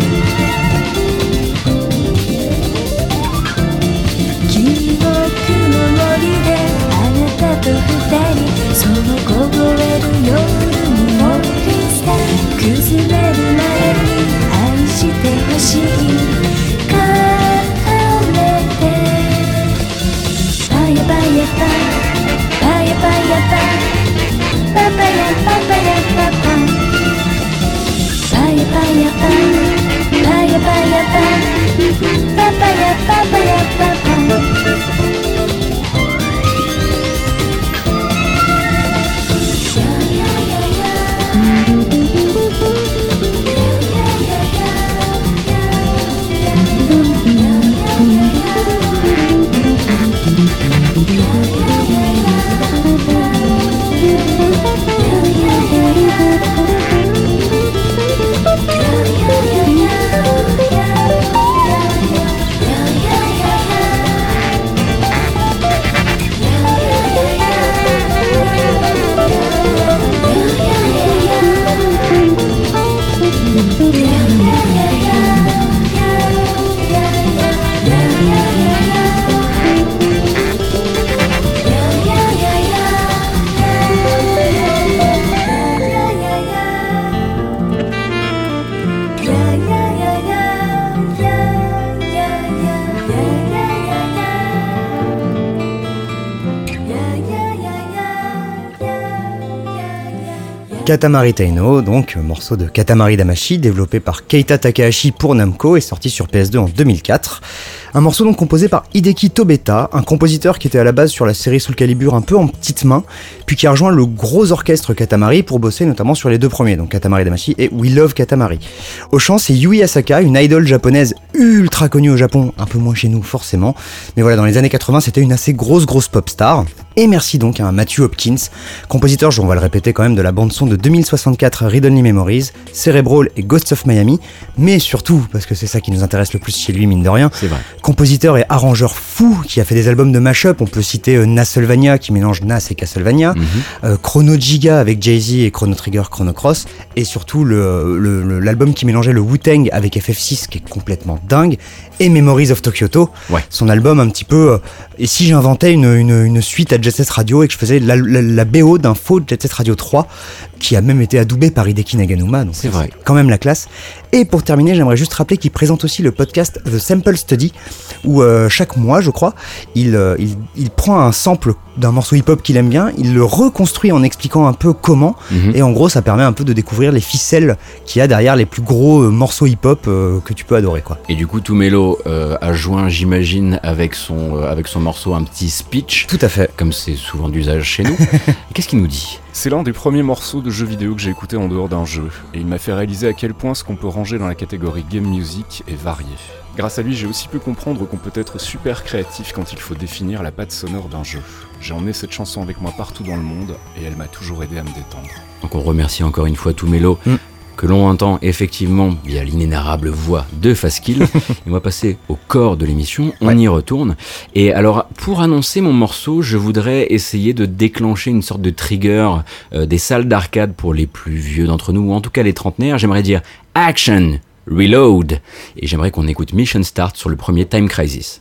記憶の森であなたと二人そう凍える夜に降りした崩れる前に愛してほしい帰れてパヤパヤパパヤパヤパパパヤパパヤパパパヤパヤパパヤパヤパパパヤパパヤパパ Katamari Taino, donc morceau de Katamari Damacy, développé par Keita Takahashi pour Namco et sorti sur P S deux en deux mille quatre. Un morceau donc composé par Hideki Tobeta, un compositeur qui était à la base sur la série Soul Calibur un peu en petite main, puis qui a rejoint le gros orchestre Katamari pour bosser notamment sur les deux premiers, donc Katamari Damacy et We Love Katamari. Au chant, c'est Yui Asaka, une idole japonaise ultra connue au Japon, un peu moins chez nous forcément, mais voilà, dans les années quatre-vingts, c'était une assez grosse grosse pop star. Et merci donc à Matthew Hopkins, compositeur, on va le répéter quand même, de la bande-son de deux mille soixante-quatre Read Only Memories, Cerebral et Ghosts of Miami, mais surtout, parce que c'est ça qui nous intéresse le plus chez lui, mine de rien, c'est vrai. Compositeur et arrangeur fou qui a fait des albums de mash-up, on peut citer euh, Nasylvania qui mélange Nas et Castlevania, mm-hmm. euh, Chrono Giga avec Jay-Z et Chrono Trigger, Chrono Cross, et surtout le, le, le, l'album qui mélangeait le Wu-Tang avec F F six qui est complètement dingue, et Memories of Tokyoto, ouais. Son album un petit peu... Euh, et si j'inventais une, une, une suite à Jet Set Radio et que je faisais la, la, la B O d'un faux Jet Set Radio trois qui a même été adoubé par Hideki Naganuma, donc c'est vrai. Quand même la classe. Et pour terminer, j'aimerais juste rappeler qu'il présente aussi le podcast The Sample Study, où euh, chaque mois, je crois, il, euh, il, il prend un sample d'un morceau hip-hop qu'il aime bien, il le reconstruit en expliquant un peu comment, mm-hmm. et en gros, ça permet un peu de découvrir les ficelles qu'il y a derrière les plus gros euh, morceaux hip-hop euh, que tu peux adorer, quoi. Et du coup, Tumelo euh, a joint, j'imagine, avec son, euh, avec son morceau un petit speech. Tout à fait. Comme c'est souvent d'usage chez nous. Qu'est-ce qu'il nous dit ? C'est l'un des premiers morceaux de jeux vidéo que j'ai écouté en dehors d'un jeu, et il m'a fait réaliser à quel point ce qu'on peut ranger dans la catégorie game music est varié. Grâce à lui, j'ai aussi pu comprendre qu'on peut être super créatif quand il faut définir la patte sonore d'un jeu. J'ai emmené cette chanson avec moi partout dans le monde, et elle m'a toujours aidé à me détendre. Donc on remercie encore une fois Tumelo, mm. que l'on entend effectivement via l'inénarrable voix de Fastkill. Et on va passer au corps de l'émission, on ouais. y retourne. Et alors, pour annoncer mon morceau, je voudrais essayer de déclencher une sorte de trigger euh, des salles d'arcade pour les plus vieux d'entre nous, ou en tout cas les trentenaires. J'aimerais dire Action, Reload. Et j'aimerais qu'on écoute Mission Start sur le premier Time Crisis.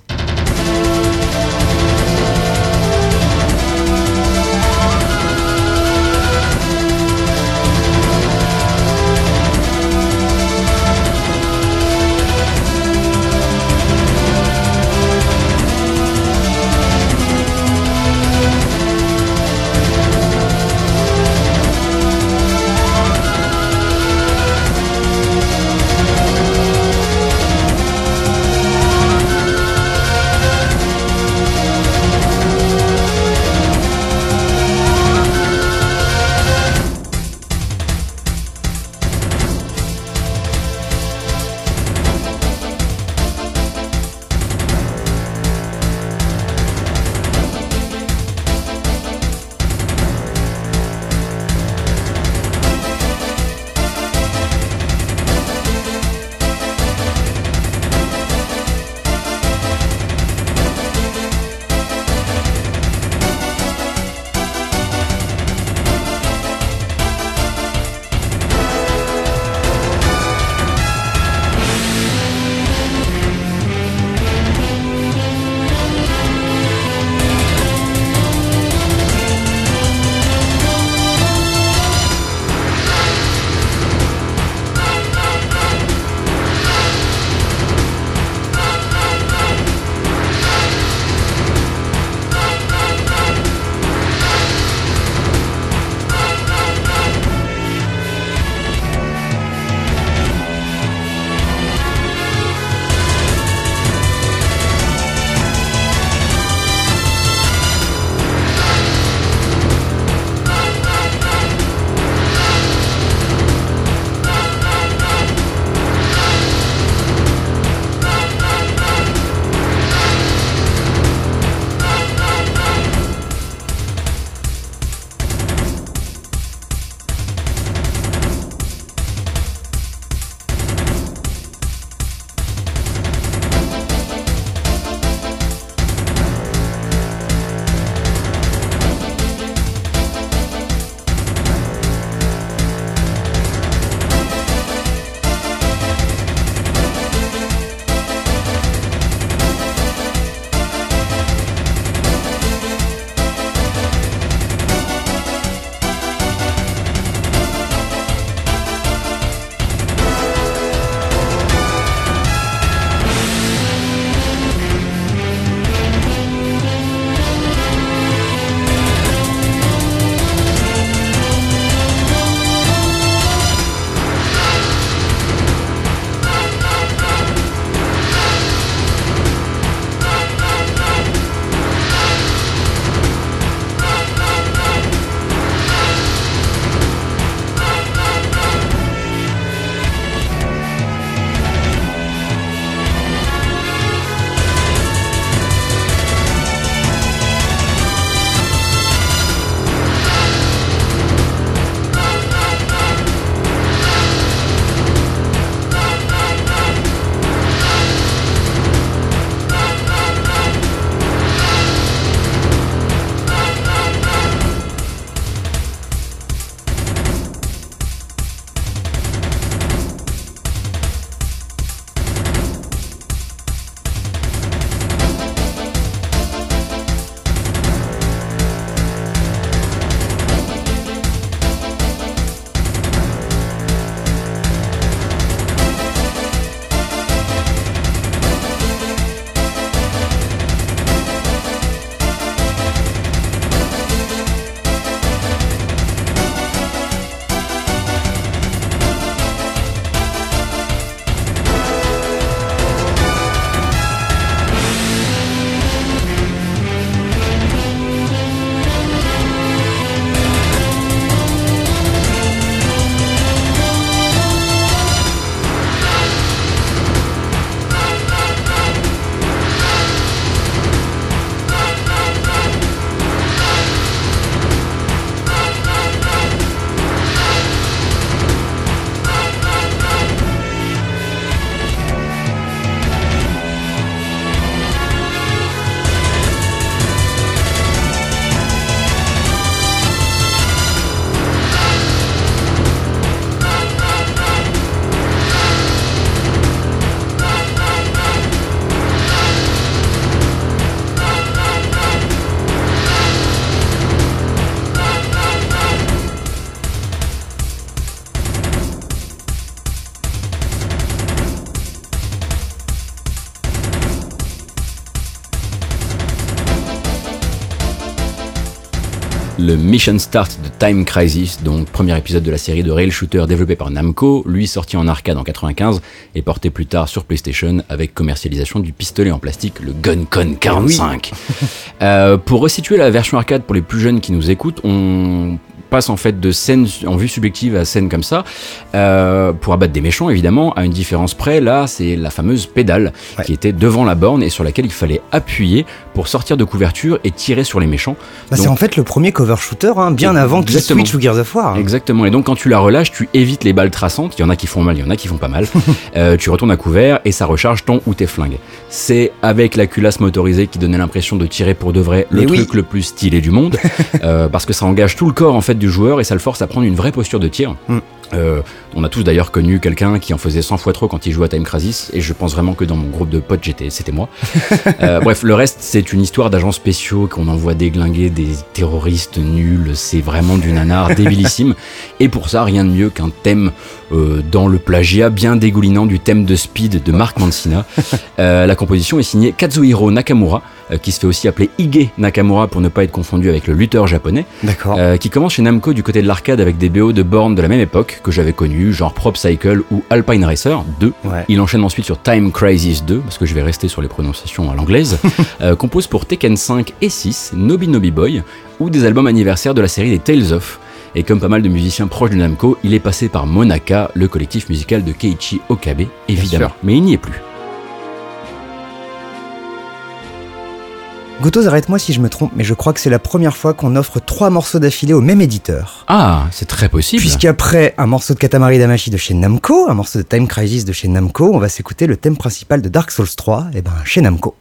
le Mission Start de Time Crisis, donc premier épisode de la série de rail shooter développé par Namco, lui sorti en arcade en quatre-vingt-quinze et porté plus tard sur PlayStation avec commercialisation du pistolet en plastique, le GunCon quarante-cinq. Oui. euh, pour resituer la version arcade pour les plus jeunes qui nous écoutent, on passe en fait de scène en vue subjective à scène comme ça euh, pour abattre des méchants évidemment, à une différence près. Là c'est la fameuse pédale ouais. qui était devant la borne et sur laquelle il fallait appuyer pour sortir de couverture et tirer sur les méchants. Bah, donc, c'est en fait le premier cover shooter hein, bien avant qu'il switch ou Gears of War. Exactement, et donc quand tu la relâches tu évites les balles traçantes, il y en a qui font mal, il y en a qui font pas mal. euh, tu retournes à couvert et ça recharge ton ou tes flingues. C'est avec la culasse motorisée qui donnait l'impression de tirer pour de vrai le Mais truc oui. le plus stylé du monde euh, parce que ça engage tout le corps en fait du joueur et ça le force à prendre une vraie posture de tir. Mm. Euh, on a tous d'ailleurs connu quelqu'un qui en faisait cent fois trop quand il jouait à Time Crisis et je pense vraiment que dans mon groupe de potes j'étais, c'était moi. euh, bref, le reste c'est une histoire d'agents spéciaux qu'on envoie déglinguer des terroristes nuls, c'est vraiment du nanar débilissime et pour ça rien de mieux qu'un thème euh, dans le plagiat bien dégoulinant du thème de Speed de Mark Mancina. euh, la composition est signée Kazuhiro Nakamura euh, qui se fait aussi appeler Ige Nakamura pour ne pas être confondu avec le lutteur japonais. D'accord. Euh, qui commence chez Namco du côté de l'arcade avec des B O de bornes de la même époque que j'avais connu, genre Prop Cycle ou Alpine Racer deux. Ouais. Il enchaîne ensuite sur Time Crisis deux, parce que je vais rester sur les prononciations à l'anglaise. euh, compose pour Tekken cinq et six, Nobi Nobi Boy, ou des albums anniversaires de la série des Tales of. Et comme pas mal de musiciens proches de Namco, il est passé par Monaka, le collectif musical de Keiichi Okabe, évidemment. Mais il n'y est plus. Gotos, arrête-moi si je me trompe, mais je crois que c'est la première fois qu'on offre trois morceaux d'affilée au même éditeur. Ah, c'est très possible. Puisqu'après un morceau de Katamari Damacy de chez Namco, un morceau de Time Crisis de chez Namco, on va s'écouter le thème principal de Dark Souls trois, et ben chez Namco.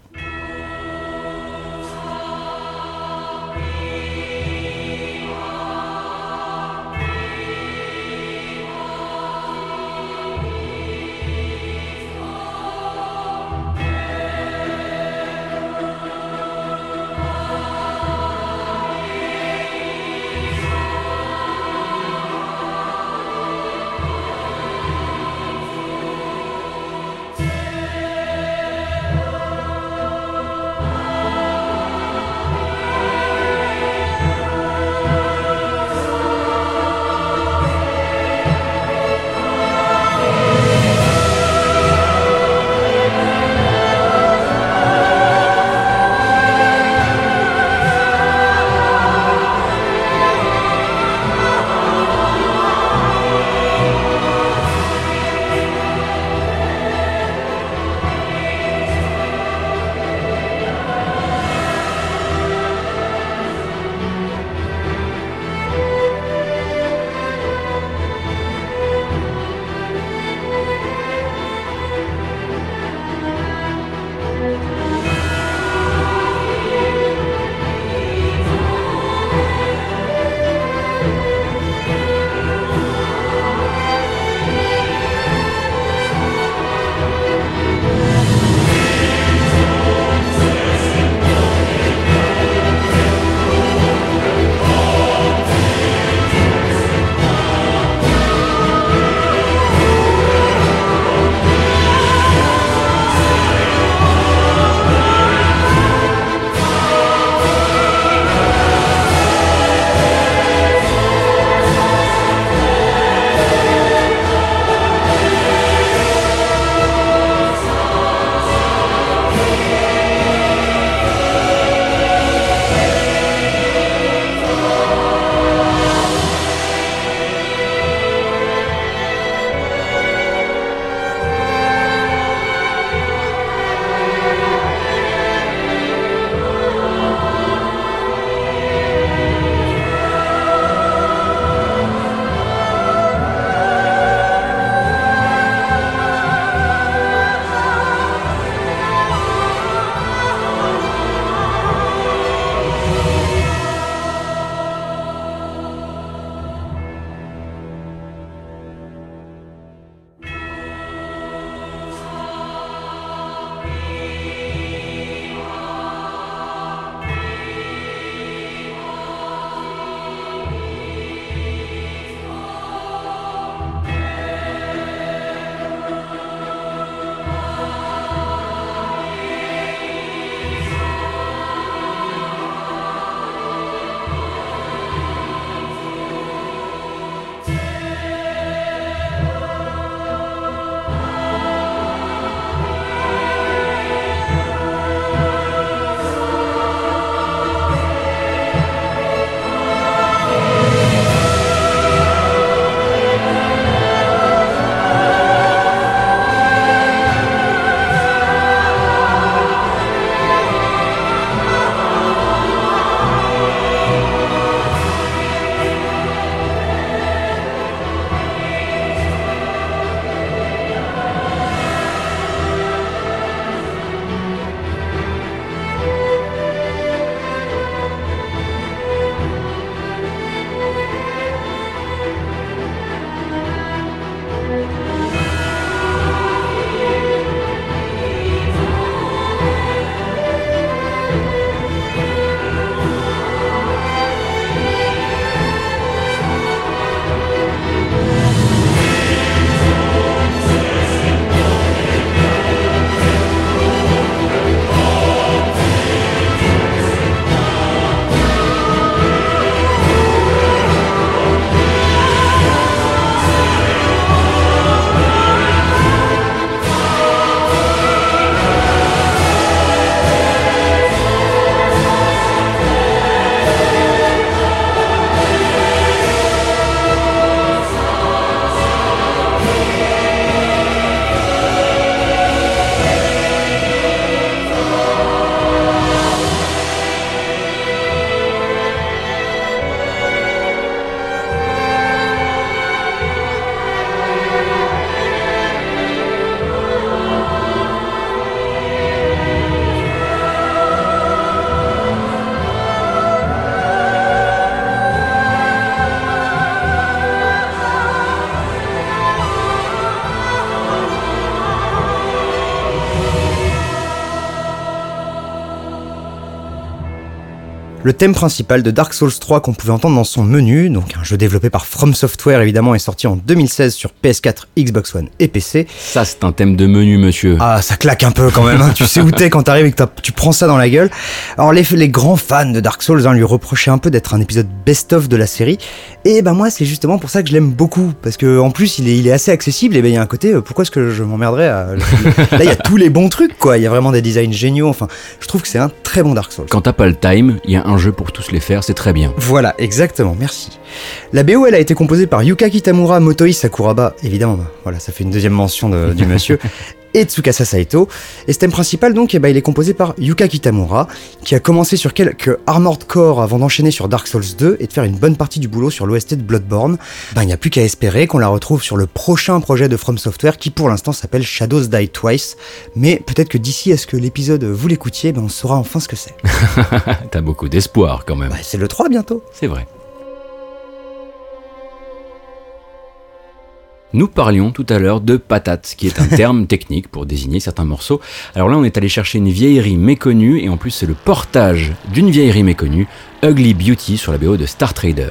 le thème principal de Dark Souls trois qu'on pouvait entendre dans son menu, donc un jeu développé par From Software évidemment, est sorti en deux mille seize sur P S quatre, Xbox One et P C. Ça c'est un thème de menu, monsieur. Ah, ça claque un peu quand même, hein. Tu sais où t'es quand t'arrives et que tu prends ça dans la gueule. Alors les, les grands fans de Dark Souls hein, lui reprochaient un peu d'être un épisode best-of de la série, et ben moi c'est justement pour ça que je l'aime beaucoup, parce que en plus il est, il est assez accessible, et ben il y a un côté, euh, pourquoi est-ce que je m'emmerderais à... Là il y a tous les bons trucs quoi, il y a vraiment des designs géniaux, enfin je trouve que c'est un très bon Dark Souls. Quand t'as pas le time, il y a un jeu pour tous les faire, c'est très bien. Voilà, exactement, merci. La B O elle a été composée par Yuka Kitamura, Motoi Sakuraba, évidemment, bah, voilà ça fait une deuxième mention de, du monsieur, et Tsukasa Saito. Et ce thème principal donc, eh ben, il est composé par Yuka Kitamura, qui a commencé sur quelques Armored Core avant d'enchaîner sur Dark Souls deux et de faire une bonne partie du boulot sur l'O S T de Bloodborne. Ben, il n'y a plus qu'à espérer qu'on la retrouve sur le prochain projet de From Software qui pour l'instant s'appelle Shadows Die Twice. Mais peut-être que d'ici à ce que l'épisode vous l'écoutiez, ben, on saura enfin ce que c'est. T'as beaucoup d'espoir quand même. Ben, c'est le trois bientôt. C'est vrai. Nous parlions tout à l'heure de patate, qui est un terme technique pour désigner certains morceaux. Alors là, on est allé chercher une vieillerie méconnue, et en plus c'est le portage d'une vieillerie méconnue, Ugly Beauty sur la B O de Star Trader.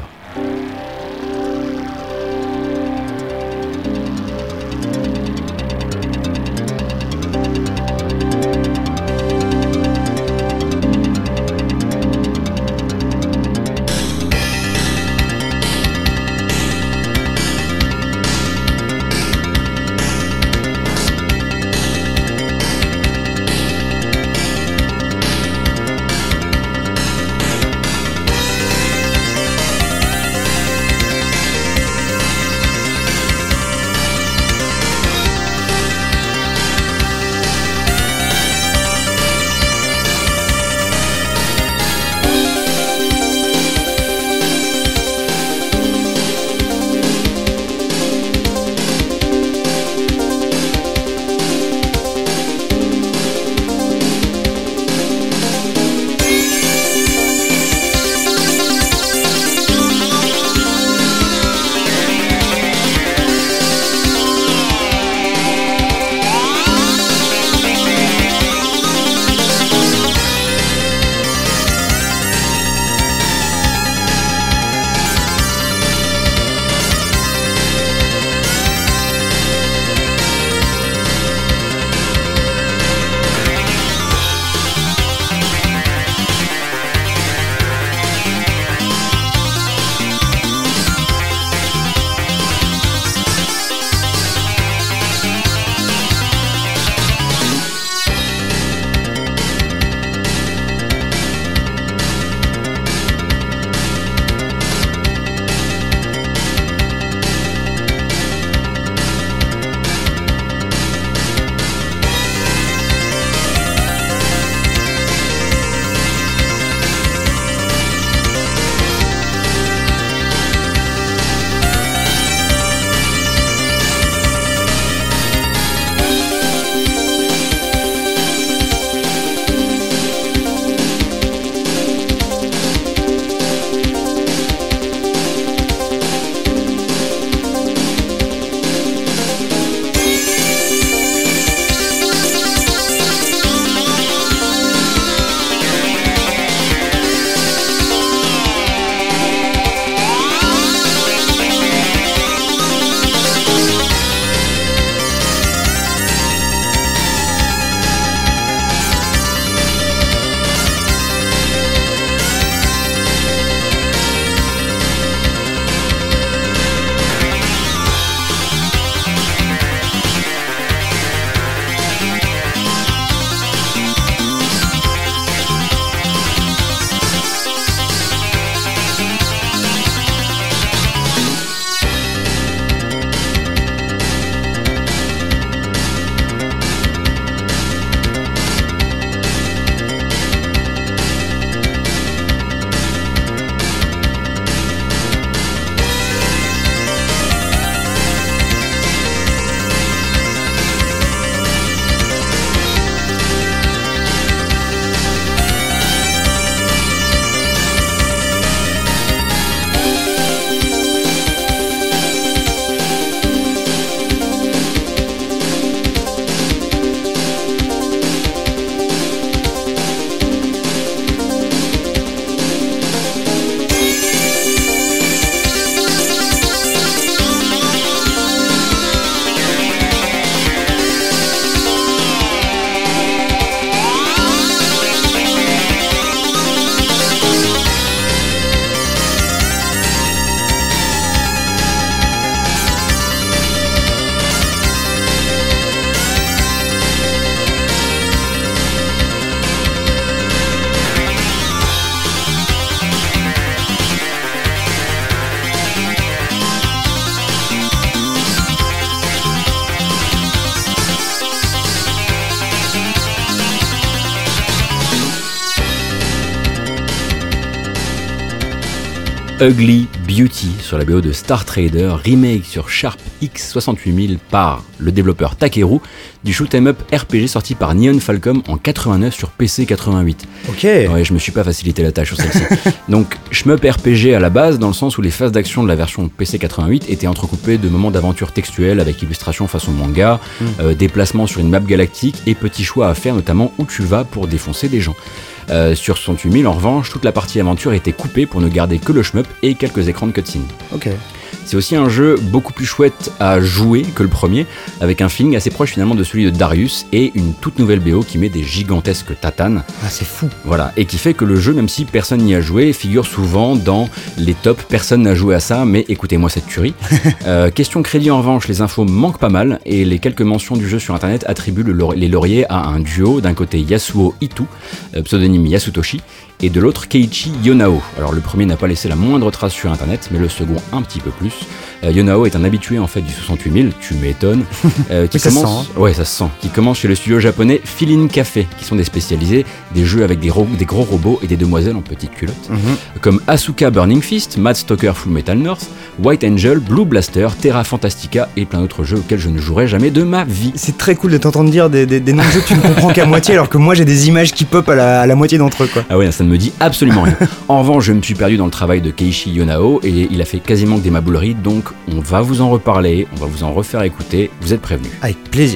Ugly Beauty sur la B O de Star Trader, remake sur Sharp X soixante-huit mille par le développeur Takeru du shoot'em up R P G sorti par Neon Falcom en quatre-vingt-neuf sur P C quatre-vingt-huit. Ok. Ouais, je me suis pas facilité la tâche sur celle-ci. Donc, shmup R P G à la base, dans le sens où les phases d'action de la version P C quatre-vingt-huit étaient entrecoupées de moments d'aventure textuelle avec illustration façon manga, mm. euh, déplacement sur une map galactique et petits choix à faire, notamment où tu vas pour défoncer des gens. Euh, sur soixante-huit mille, en revanche, toute la partie aventure était coupée pour ne garder que le shmup et quelques écrans de cutscene. Ok. C'est aussi un jeu beaucoup plus chouette à jouer que le premier, avec un feeling assez proche finalement de celui de Darius et une toute nouvelle B O qui met des gigantesques tatanes. Ah, c'est fou. Voilà, et qui fait que le jeu, même si personne n'y a joué, figure souvent dans les tops. Personne n'a joué à ça, mais écoutez-moi cette tuerie. euh, question crédit en revanche, les infos manquent pas mal et les quelques mentions du jeu sur internet attribuent le laur- les lauriers à un duo, d'un côté Yasuo Itu, euh, pseudonyme Yasutoshi, et de l'autre Keiichi Yonao. Alors le premier n'a pas laissé la moindre trace sur internet, mais le second un petit peu plus. Euh, Yonao est un habitué en fait du soixante-huit mille, tu m'étonnes. Euh, qui ça commence, se sent, hein. Ouais, ça se sent. Qui commence chez le studio japonais Filin Café, qui sont des spécialisés des jeux avec des, ro- des gros robots et des demoiselles en petites culottes, Mm-hmm. comme Asuka Burning Fist, Mad Stalker Full Metal North, White Angel, Blue Blaster, Terra Fantastica et plein d'autres jeux auxquels je ne jouerai jamais de ma vie. C'est très cool de t'entendre dire des, des, des noms de jeux que tu ne comprends qu'à moitié, alors que moi j'ai des images qui pop à la, à la moitié d'entre eux, quoi. Ah ouais, ça ne me dit absolument rien. En revanche, je me suis perdu dans le travail de Keiichi Yonao et il a fait quasiment que des mabouleries, donc on va vous en reparler, on va vous en refaire écouter, vous êtes prévenus. Avec plaisir.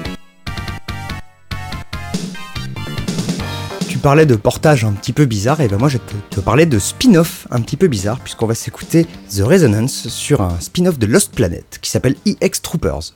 Tu parlais de portage un petit peu bizarre, et ben moi je vais te, te parler de spin-off un petit peu bizarre, puisqu'on va s'écouter The Resonance sur un spin-off de Lost Planet qui s'appelle E X Troopers.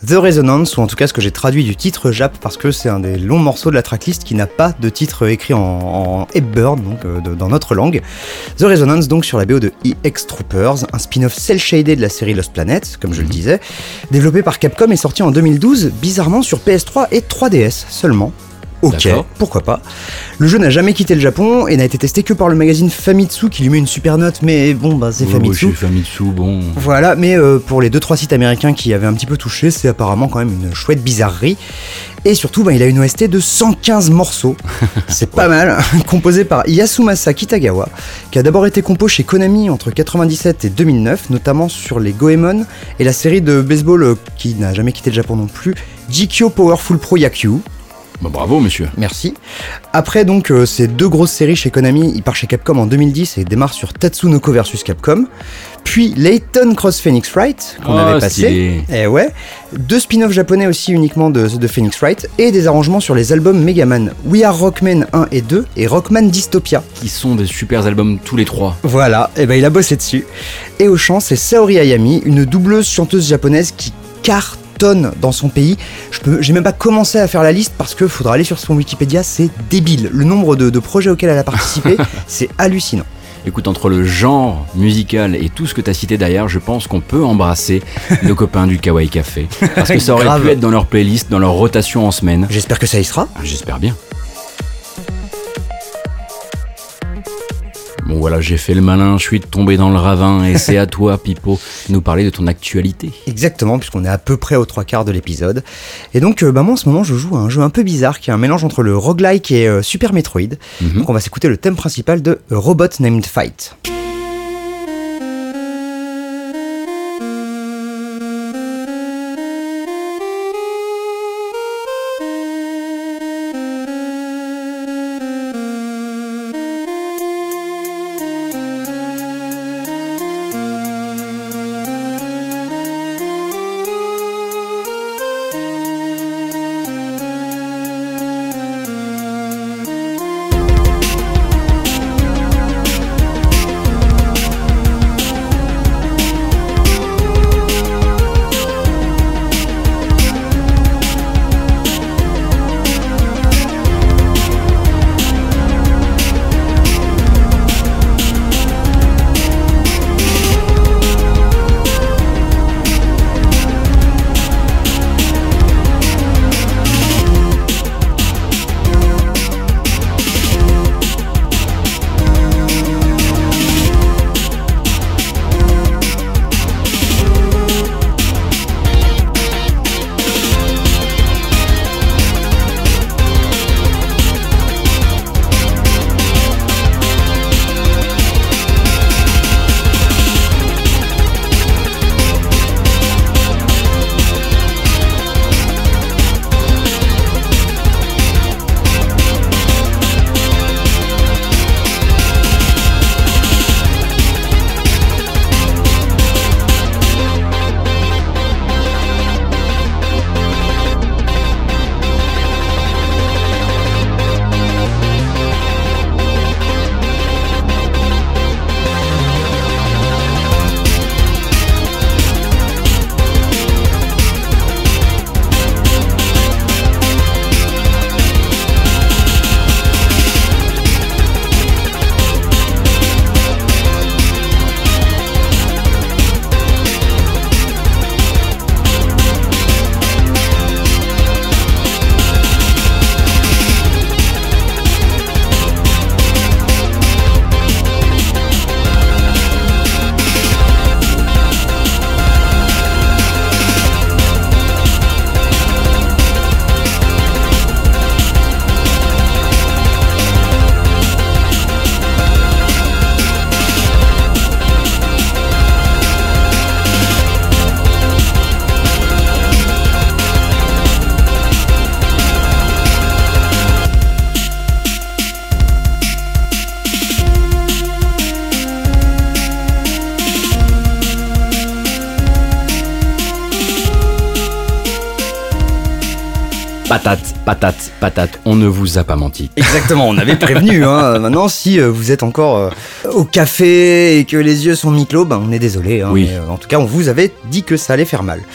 The Resonance, ou en tout cas ce que j'ai traduit du titre Jap, parce que c'est un des longs morceaux de la tracklist qui n'a pas de titre écrit en, en Hepburn, donc euh, de, dans notre langue. The Resonance, donc sur la B O de E X Troopers, un spin-off cel-shaded de la série Lost Planet, comme je le disais, développé par Capcom et sorti en deux mille douze, bizarrement sur P S trois et trois D S seulement. Ok, D'accord. Pourquoi pas. Le jeu n'a jamais quitté le Japon et n'a été testé que par le magazine Famitsu qui lui met une super note, mais bon, bah c'est oh, Famitsu. Ouais, Famitsu, bon. Voilà, mais euh, pour les deux trois sites américains qui avaient un petit peu touché, c'est apparemment quand même une chouette bizarrerie. Et surtout, bah, il a une O S T de cent quinze morceaux, c'est pas mal, composé par Yasumasa Kitagawa, qui a d'abord été compo chez Konami entre quatre-vingt-dix-sept et deux mille neuf, notamment sur les Goemon et la série de baseball euh, qui n'a jamais quitté le Japon non plus, Jikyo Powerful Pro Yakyu. Bah bravo monsieur. Merci. Après donc euh, ces deux grosses séries chez Konami, il part chez Capcom en deux mille dix et démarre sur Tatsunoko versus Capcom. Puis Layton Cross Phoenix Wright qu'on oh, avait passé. Et ouais. Deux spin-offs japonais aussi uniquement de, de Phoenix Wright et des arrangements sur les albums Megaman We Are Rockman un et deux et Rockman Dystopia. Qui sont des super albums tous les trois. Voilà, et ben il a bossé dessus. Et au chant, c'est Saori Ayami, une doubleuse chanteuse japonaise qui cartonne dans son pays. Je peux, j'ai même pas commencé à faire la liste parce que faudra aller sur son Wikipédia, c'est débile. Le nombre de, de projets auxquels elle a participé, c'est hallucinant. Écoute, entre le genre musical et tout ce que t'as cité derrière, je pense qu'on peut embrasser nos copains du Kawaii Café. Parce que ça aurait Grave. pu être dans leur playlist, dans leur rotation en semaine. J'espère que ça y sera. Ah, j'espère bien. Bon voilà, j'ai fait le malin, je suis tombé dans le ravin et c'est à toi, Pipo, de nous parler de ton actualité. Exactement, puisqu'on est à peu près aux trois quarts de l'épisode. Et donc, euh, bah moi en ce moment, je joue à un jeu un peu bizarre qui est un mélange entre le roguelike et euh, Super Metroid. Mm-hmm. Donc on va s'écouter le thème principal de A Robot Named Fight. Patate, patate, patate, on ne vous a pas menti. Exactement, on avait prévenu. Hein. Maintenant, si euh, vous êtes encore euh, au café et que les yeux sont mi-clos, ben, on est désolé. Hein, oui. mais, euh, en tout cas, on vous avait dit que ça allait faire mal.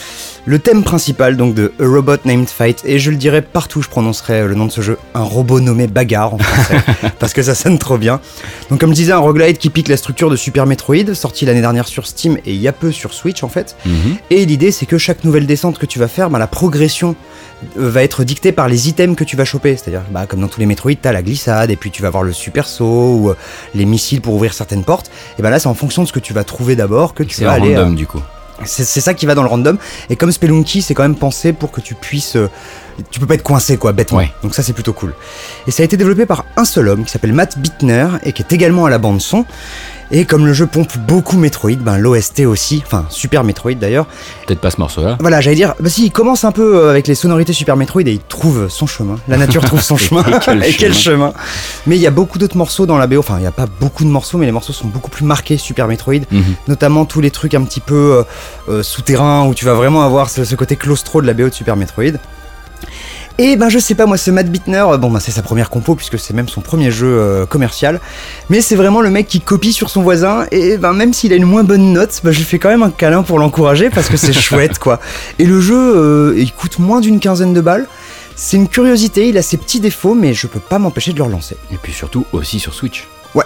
Le thème principal donc de A Robot Named Fight, et je le dirai partout je prononcerai le nom de ce jeu, un robot nommé Bagarre en français, parce que ça sonne trop bien. Donc comme je disais, un roguelite qui pique la structure de Super Metroid, sorti l'année dernière sur Steam et il y a peu sur Switch en fait. Mhm. Et l'idée c'est que chaque nouvelle descente que tu vas faire, bah, la progression euh, va être dictée par les items que tu vas choper. C'est-à-dire bah, comme dans tous les Metroid, t'as la glissade et puis tu vas avoir le super saut ou euh, les missiles pour ouvrir certaines portes. Et bah là c'est en fonction de ce que tu vas trouver d'abord que tu C'est vas aller... random euh, du coup. C'est, c'est ça qui va dans le random. Et comme Spelunky, c'est quand même pensé pour que tu puisses... euh, tu peux pas être coincé quoi, bêtement. Ouais. Donc ça c'est plutôt cool. Et ça a été développé par un seul homme qui s'appelle Matt Bittner et qui est également à la bande son. Et comme le jeu pompe beaucoup Metroid, ben l'O S T aussi, enfin Super Metroid d'ailleurs. Peut-être pas ce morceau-là. Voilà, j'allais dire, bah si, il commence un peu euh, avec les sonorités Super Metroid et il trouve son chemin. La nature trouve son Et chemin. quel et quel chemin. chemin. Mais il y a beaucoup d'autres morceaux dans la B O. Enfin, il n'y a pas beaucoup de morceaux, mais les morceaux sont beaucoup plus marqués Super Metroid. Mhm. Notamment tous les trucs un petit peu euh, euh, souterrains où tu vas vraiment avoir ce, ce côté claustro de la B O de Super Metroid. Et ben je sais pas moi, ce Matt Bittner, bon ben c'est sa première compo puisque c'est même son premier jeu euh, commercial, mais c'est vraiment le mec qui copie sur son voisin et ben même s'il a une moins bonne note, ben je fais quand même un câlin pour l'encourager parce que c'est chouette quoi. Et le jeu euh, il coûte moins d'une quinzaine de balles, c'est une curiosité, il a ses petits défauts mais je peux pas m'empêcher de le relancer. Et puis surtout aussi sur Switch. Ouais.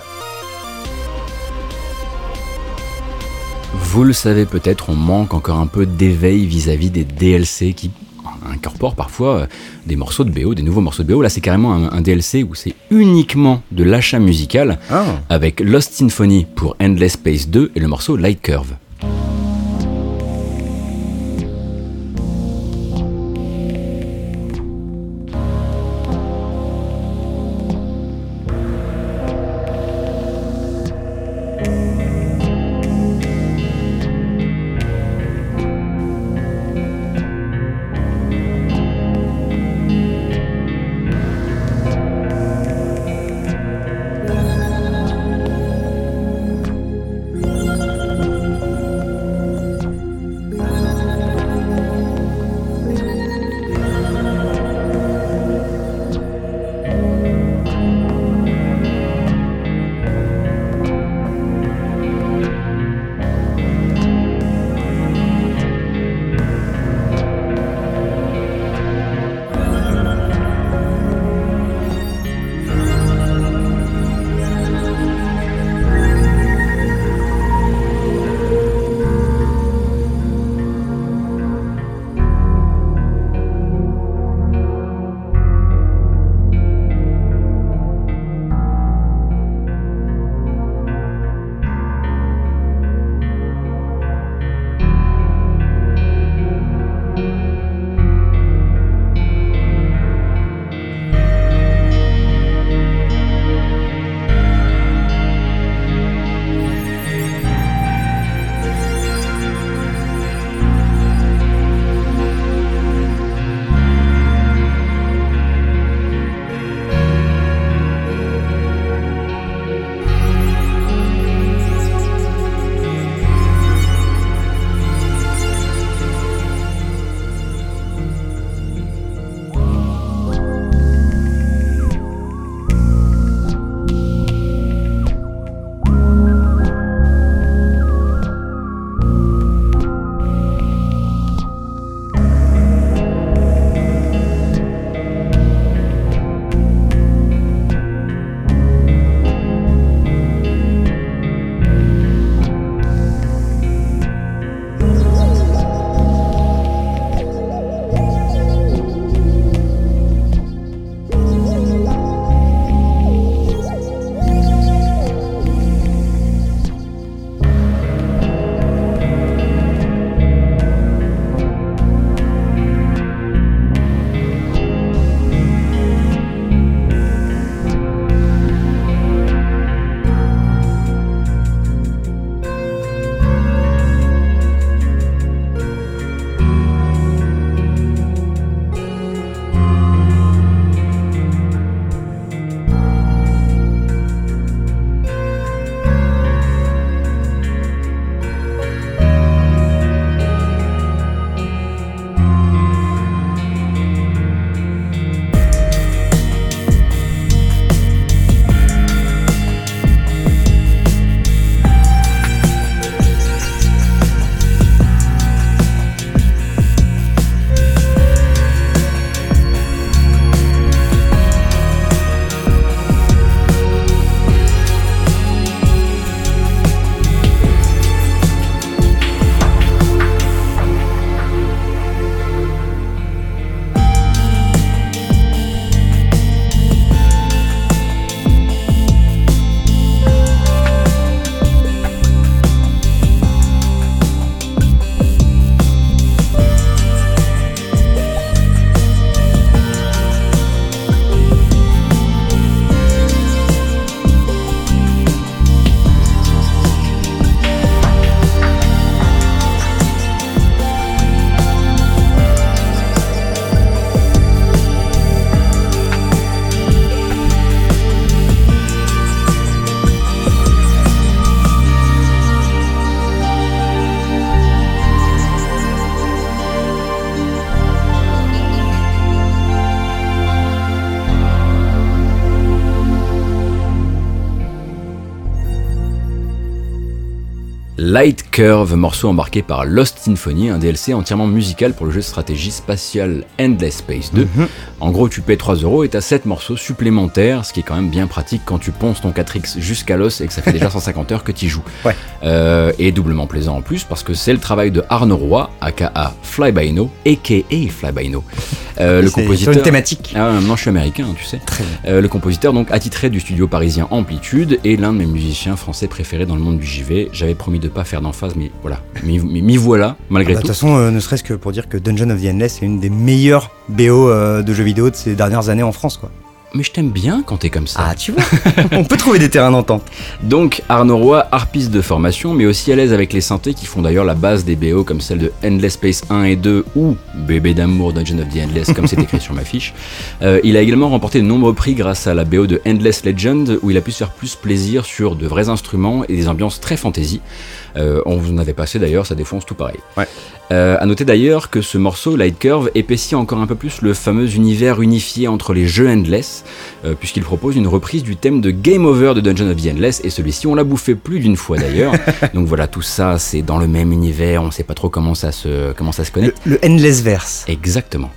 Vous le savez peut-être, on manque encore un peu d'éveil vis-à-vis des D L C qui incorporent parfois euh, des morceaux de B O, des nouveaux morceaux de B O. Là, c'est carrément un, un D L C où c'est uniquement de l'achat musical Ah. avec Lost Symphony pour Endless Space deux et le morceau Light Curve. Light Curve, morceau embarqué par Lost Symphony, un D L C entièrement musical pour le jeu de stratégie spatiale Endless Space deux. Mm-hmm. En gros, tu payes trois euros et t'as sept morceaux supplémentaires, ce qui est quand même bien pratique quand tu ponces ton quatre X jusqu'à l'os et que ça fait déjà cent cinquante heures que tu joues. Ouais. Euh, et doublement plaisant en plus parce que c'est le travail de Arnaud Roy, aka Flybyno, aka Flybyno. Euh, le c'est compositeur. sur une thématique. Ah, maintenant je suis américain, tu sais. Très bien. Euh, le compositeur, donc attitré du studio parisien Amplitude, et l'un de mes musiciens français préférés dans le monde du J V. J'avais promis de pas faire d'emphase, mais voilà, m'y, m'y voilà, malgré bah, tout. De toute façon, euh, ne serait-ce que pour dire que Dungeon of the Endless est une des meilleures B O euh, de jeux vidéo de ces dernières années en France, quoi. Mais je t'aime bien quand t'es comme ça. Ah, tu vois, on peut trouver des terrains d'entente. Donc, Arnaud Roy, harpiste de formation, mais aussi à l'aise avec les synthés qui font d'ailleurs la base des B O comme celle de Endless Space un et deux ou Bébé d'amour Dungeon of the Endless, comme c'est écrit sur ma fiche. Euh, il a également remporté de nombreux prix grâce à la B O de Endless Legend, où il a pu se faire plus plaisir sur de vrais instruments et des ambiances très fantasy. Euh, on vous en avait passé d'ailleurs, ça défonce tout pareil. Ouais. Euh, à noter d'ailleurs que ce morceau, Light Curve, épaissit encore un peu plus le fameux univers unifié entre les jeux Endless, euh, puisqu'il propose une reprise du thème de Game Over de Dungeon of the Endless, et celui-ci on l'a bouffé plus d'une fois d'ailleurs. Donc voilà, tout ça c'est dans le même univers, on sait pas trop comment ça se, comment ça se connecte. Le, le Endless Verse. Exactement.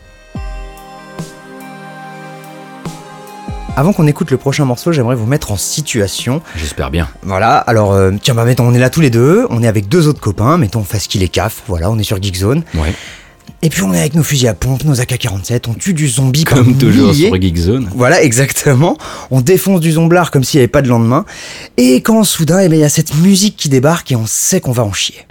Avant qu'on écoute le prochain morceau, j'aimerais vous mettre en situation. J'espère bien. Voilà, alors euh, tiens, bah mettons, on est là tous les deux, on est avec deux autres copains, mettons Faskill et Caf, voilà, on est sur Geekzone. Ouais. Et puis on est avec nos fusils à pompe, nos A K quarante-sept, on tue du zombie par Comme toujours milliers. sur Geekzone. Voilà, exactement. On défonce du zomblard comme s'il n'y avait pas de lendemain. Et quand soudain, eh ben, il y a cette musique qui débarque et on sait qu'on va en chier.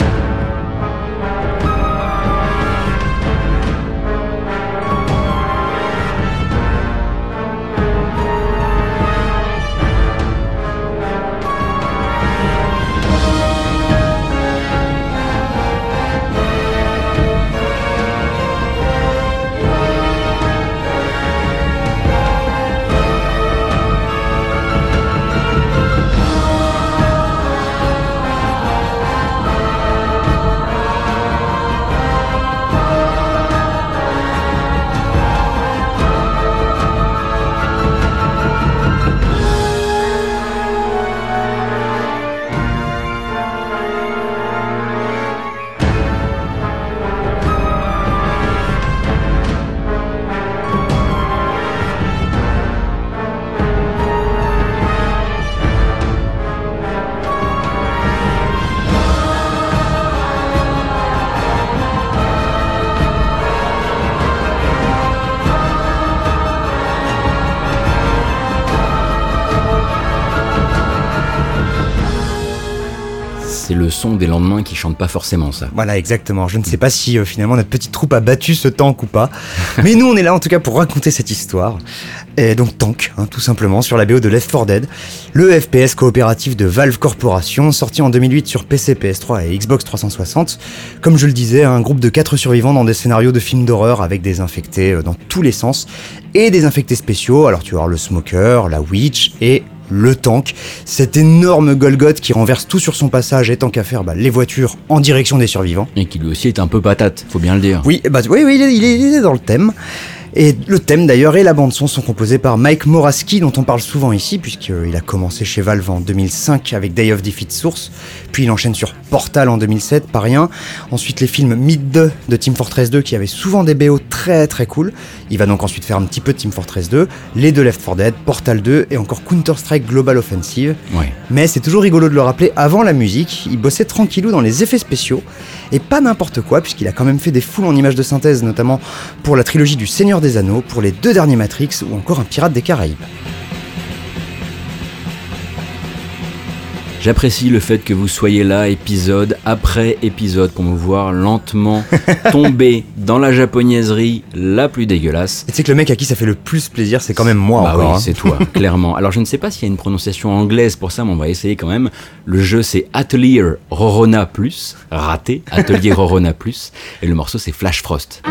C'est le son des lendemains qui chantent pas forcément ça. Voilà, exactement. Je ne sais pas si euh, finalement notre petite troupe a battu ce tank ou pas. Mais nous, on est là en tout cas pour raconter cette histoire. Et donc Tank, hein, tout simplement, sur la B O de Left four Dead, le F P S coopératif de Valve Corporation, sorti en deux mille huit sur P C, P S trois et Xbox trois cent soixante. Comme je le disais, un groupe de quatre survivants dans des scénarios de films d'horreur avec des infectés euh, dans tous les sens et des infectés spéciaux. Alors tu vas avoir le Smoker, la Witch et le tank, cet énorme Golgoth qui renverse tout sur son passage et tant qu'à faire bah, les voitures en direction des survivants. Et qui lui aussi est un peu patate, faut bien le dire. Oui, bah, oui, oui il, est, il, est, il est dans le thème. Et le thème d'ailleurs et la bande-son sont composés par Mike Moraski, dont on parle souvent ici, puisqu'il a commencé chez Valve en deux mille cinq avec Day of Defeat Source, puis il enchaîne sur Portal en deux mille sept, pas rien. Ensuite les films Myth deux de Team Fortress deux qui avaient souvent des B O très très cool. Il va donc ensuite faire un petit peu de Team Fortress deux, les deux Left four Dead, Portal deux et encore Counter-Strike Global Offensive. Ouais. Mais c'est toujours rigolo de le rappeler, avant la musique, il bossait tranquillou dans les effets spéciaux, et pas n'importe quoi, puisqu'il a quand même fait des foules en images de synthèse, notamment pour la trilogie du Seigneur des Anneaux, pour les deux derniers Matrix ou encore un Pirate des Caraïbes. J'apprécie le fait que vous soyez là épisode après épisode pour me voir lentement tomber dans la japonaiserie la plus dégueulasse. Et tu sais que le mec à qui ça fait le plus plaisir, c'est quand même moi bah encore. Oui, hein. c'est toi, clairement. Alors je ne sais pas s'il y a une prononciation anglaise pour ça, mais on va essayer quand même. Le jeu c'est Atelier Rorona Plus, raté, Atelier Rorona Plus, et le morceau c'est Flash Frost.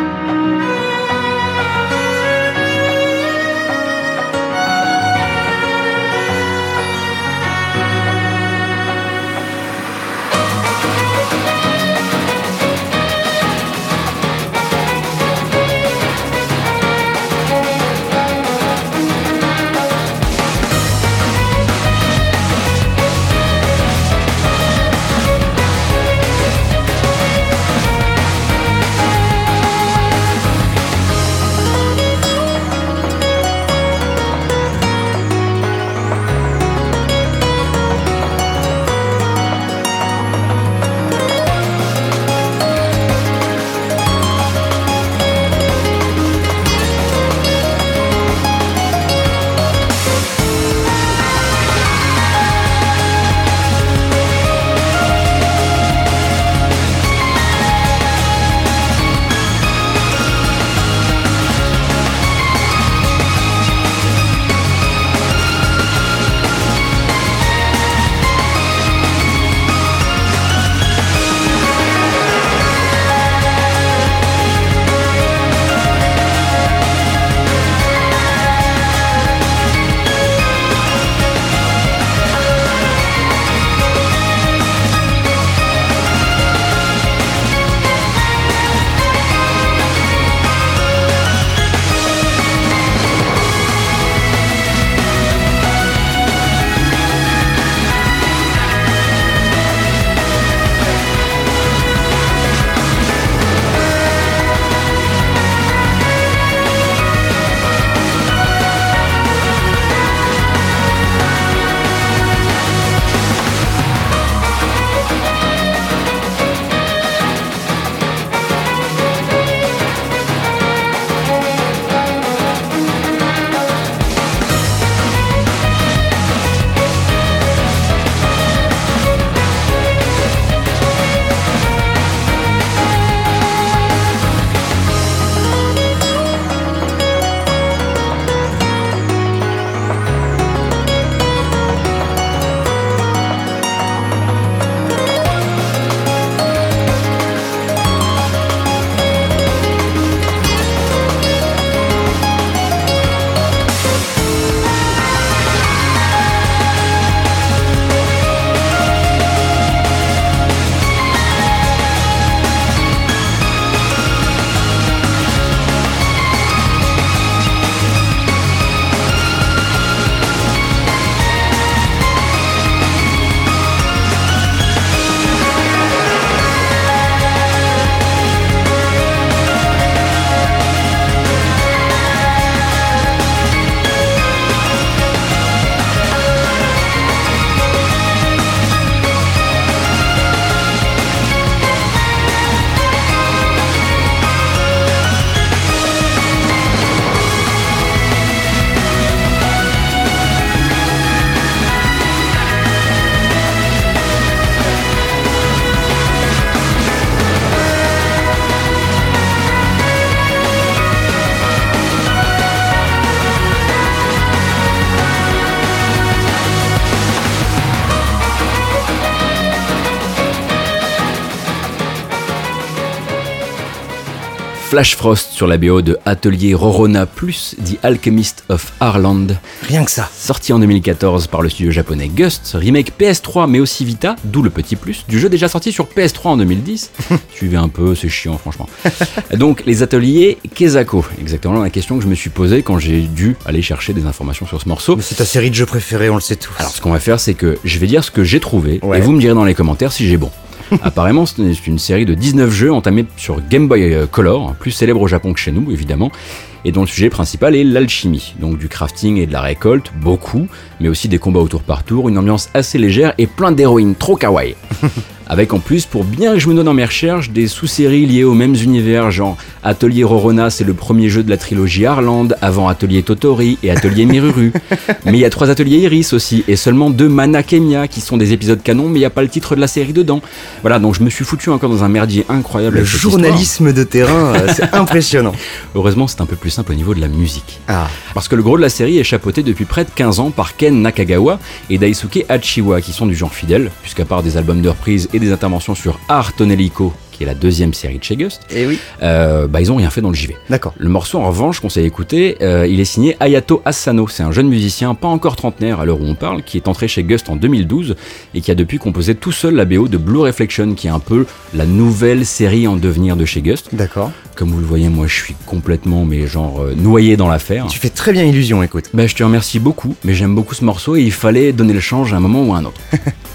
Flash Frost sur la B O de Atelier Rorona plus The Alchemist of Harland. Rien que ça. Sorti en deux mille quatorze par le studio japonais Gust, remake P S trois mais aussi Vita, d'où le petit plus, du jeu déjà sorti sur P S trois en deux mille dix. Suivez un peu, c'est chiant franchement. Donc les ateliers Kezako, exactement la question que je me suis posée quand j'ai dû aller chercher des informations sur ce morceau. Mais c'est ta série de jeux préférée, on le sait tous. Alors ce qu'on va faire, c'est que je vais dire ce que j'ai trouvé Ouais. et vous me direz dans les commentaires si j'ai bon. Apparemment, c'est une série de dix-neuf jeux entamés sur Game Boy Color, plus célèbre au Japon que chez nous, évidemment, et dont le sujet principal est l'alchimie, donc du crafting et de la récolte, beaucoup, mais aussi des combats au tour par tour, une ambiance assez légère et plein d'héroïnes trop kawaii. Avec en plus, pour bien que je me donne dans mes recherches, des sous-séries liées aux mêmes univers, genre Atelier Rorona, c'est le premier jeu de la trilogie Harland, avant Atelier Totori et Atelier Miruru. Mais il y a trois ateliers Iris aussi, et seulement deux Mana Kemia, qui sont des épisodes canons, mais il n'y a pas le titre de la série dedans. Voilà, donc je me suis foutu encore dans un merdier incroyable. Le avec cette journalisme histoire. de terrain, euh, c'est impressionnant. Heureusement, c'est un peu plus simple au niveau de la musique. Ah. Parce que le gros de la série est chapeauté depuis près de quinze ans par Ken Nakagawa et Daisuke Hachiwa, qui sont du genre fidèle, puisqu'à part des albums de reprise et des interventions sur Art Tonelico, qui est la deuxième série de chez Gust, Et oui. euh, bah ils ont rien fait dans le J V. D'accord. Le morceau en revanche qu'on s'est écouté, euh, il est signé Hayato Asano, c'est un jeune musicien pas encore trentenaire à l'heure où on parle, qui est entré chez Gust en deux mille douze et qui a depuis composé tout seul la B O de Blue Reflection, qui est un peu la nouvelle série en devenir de chez Gust. D'accord. Comme vous le voyez, moi je suis complètement mais genre euh, noyé dans l'affaire. Tu fais très bien illusion, écoute. Bah je te remercie beaucoup, mais j'aime beaucoup ce morceau et il fallait donner le change à un moment ou à un autre.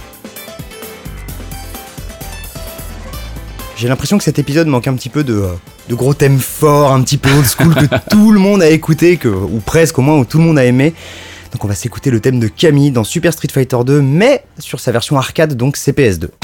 J'ai l'impression que cet épisode manque un petit peu de, euh, de gros thèmes forts, un petit peu old school que tout le monde a écouté, que, ou presque au moins, où tout le monde a aimé. Donc on va s'écouter le thème de Camille dans Super Street Fighter deux, mais sur sa version arcade, donc C P S deux.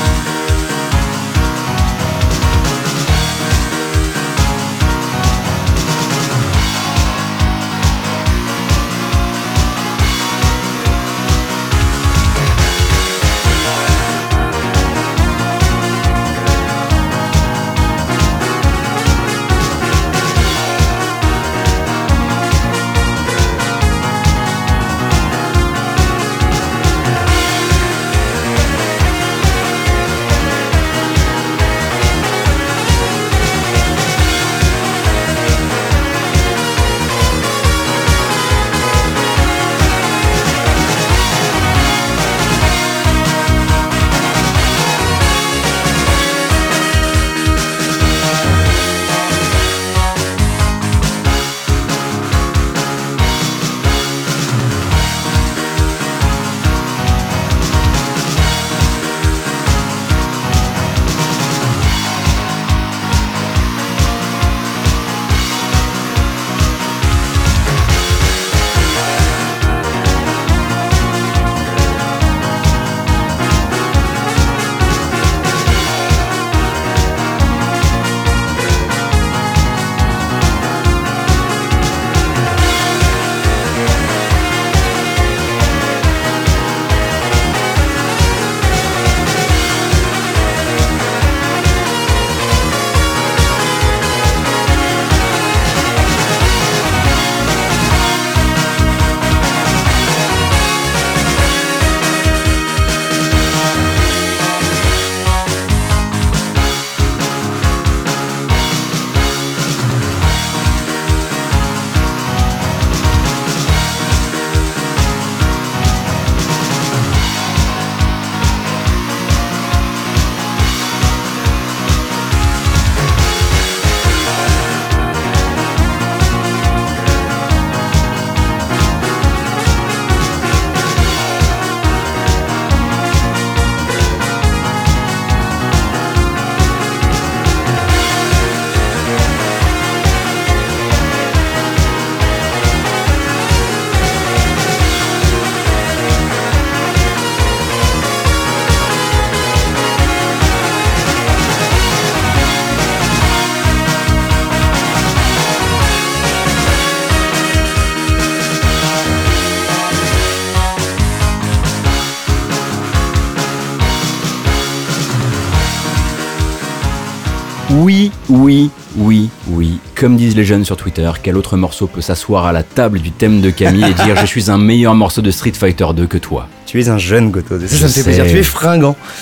Oui, oui, oui, oui. Comme disent les jeunes sur Twitter, quel autre morceau peut s'asseoir à la table du thème de Camille et dire « Je suis un meilleur morceau de Street Fighter deux que toi ». Tu es un jeune Goto, ça, Je ça me fait sais. plaisir, tu es fringant.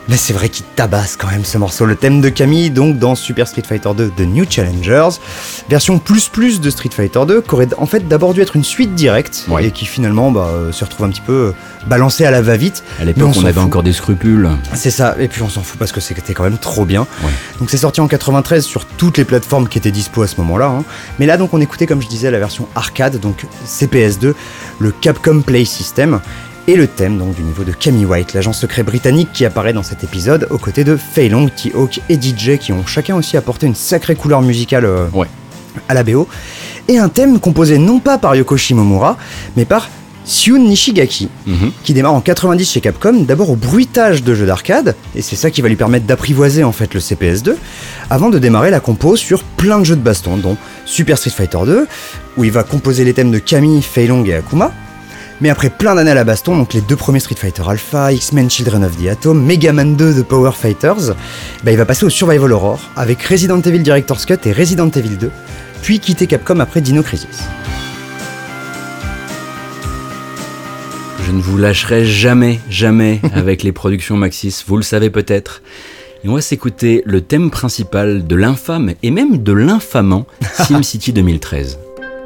Mais c'est vrai qu'il tabasse quand même ce morceau. Le thème de Camille, donc dans Super Street Fighter deux The New Challengers, version plus plus de Street Fighter deux, qui aurait en fait d'abord dû être une suite directe, ouais. et qui finalement bah, se retrouve un petit peu balancée à la va-vite. À l'époque, on, on avait fout. encore des scrupules. C'est ça, et puis on s'en fout parce que c'était quand même trop bien. Ouais. Donc c'est sorti en quatre-vingt-treize sur toutes les plateformes qui étaient dispo à ce moment-là. Hein. Mais là, donc on écoutait, comme je disais, la version arcade, donc C P S deux, le Capcom Play System. Et le thème donc du niveau de Camille White, l'agent secret britannique qui apparaît dans cet épisode aux côtés de Fei Long, T-Hawk et D J qui ont chacun aussi apporté une sacrée couleur musicale euh, ouais. à la B O. Et un thème composé non pas par Yoko Shimomura, mais par Shun Nishigaki, mm-hmm. qui démarre en quatre-vingt-dix chez Capcom, d'abord au bruitage de jeux d'arcade, et c'est ça qui va lui permettre d'apprivoiser en fait le C P S deux, avant de démarrer la compo sur plein de jeux de baston, dont Super Street Fighter deux, où il va composer les thèmes de Camille, Fei Long et Akuma. Mais après plein d'années à la baston, donc les deux premiers Street Fighter Alpha, X-Men Children of the Atom, Mega Man deux The Power Fighters, bah il va passer au Survival Horror avec Resident Evil Director's Cut et Resident Evil deux, puis quitter Capcom après Dino Crisis. Je ne vous lâcherai jamais, jamais avec les productions Maxis, vous le savez peut-être. Et on va s'écouter le thème principal de l'infâme et même de l'infamant SimCity deux mille treize.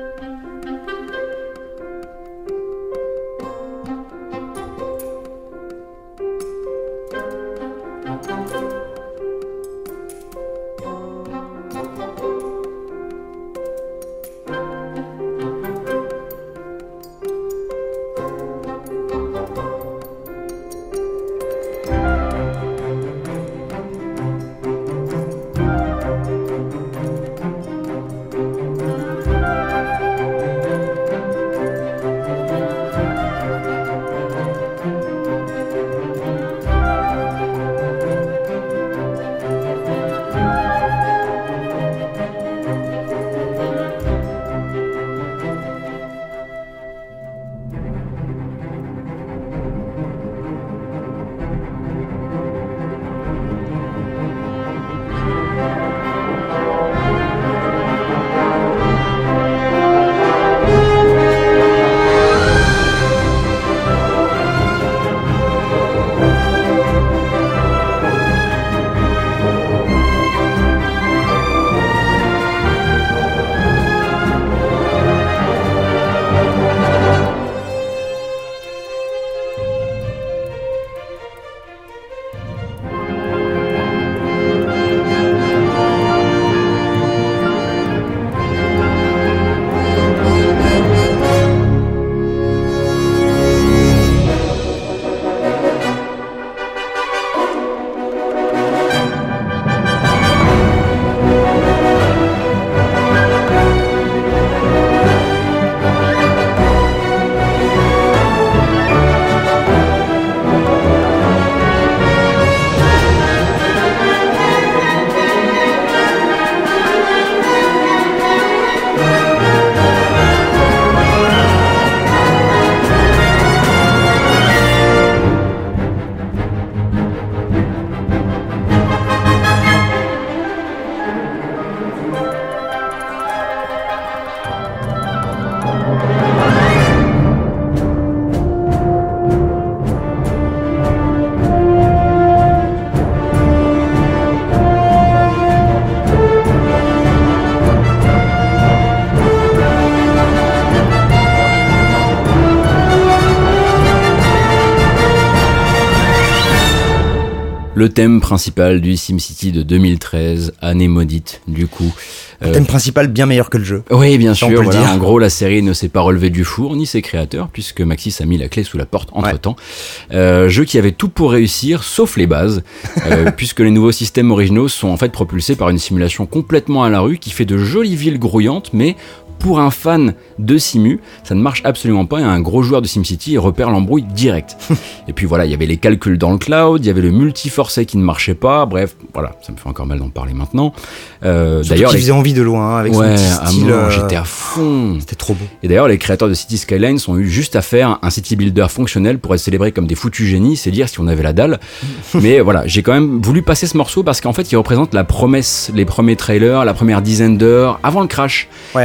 Le thème principal du SimCity de deux mille treize, année maudite, du coup. Le euh, thème principal bien meilleur que le jeu. Oui, bien sûr. Voilà, en gros, la série ne s'est pas relevée du four, ni ses créateurs, puisque Maxis a mis la clé sous la porte entre-temps. Ouais. Euh, jeu qui avait tout pour réussir, sauf les bases, euh, puisque les nouveaux systèmes originaux sont en fait propulsés par une simulation complètement à la rue qui fait de jolies villes grouillantes, mais pour un fan de Simu, ça ne marche absolument pas et un gros joueur de SimCity repère l'embrouille direct. Et puis voilà, il y avait les calculs dans le cloud, il y avait le multi-forcé qui ne marchait pas, bref, voilà, ça me fait encore mal d'en parler maintenant. Euh, d'ailleurs, qui les... faisait envie de loin, hein, avec ouais, son petit style. Mort, euh... j'étais à fond. C'était trop beau. Et d'ailleurs, les créateurs de City Skylines ont eu juste à faire un city builder fonctionnel pour être célébrés comme des foutus génies, c'est dire si on avait la dalle. Mais voilà, j'ai quand même voulu passer ce morceau parce qu'en fait, il représente la promesse, les premiers trailers, la première dizaine d'heures avant le crash. Ouais. Et c'est ça qui est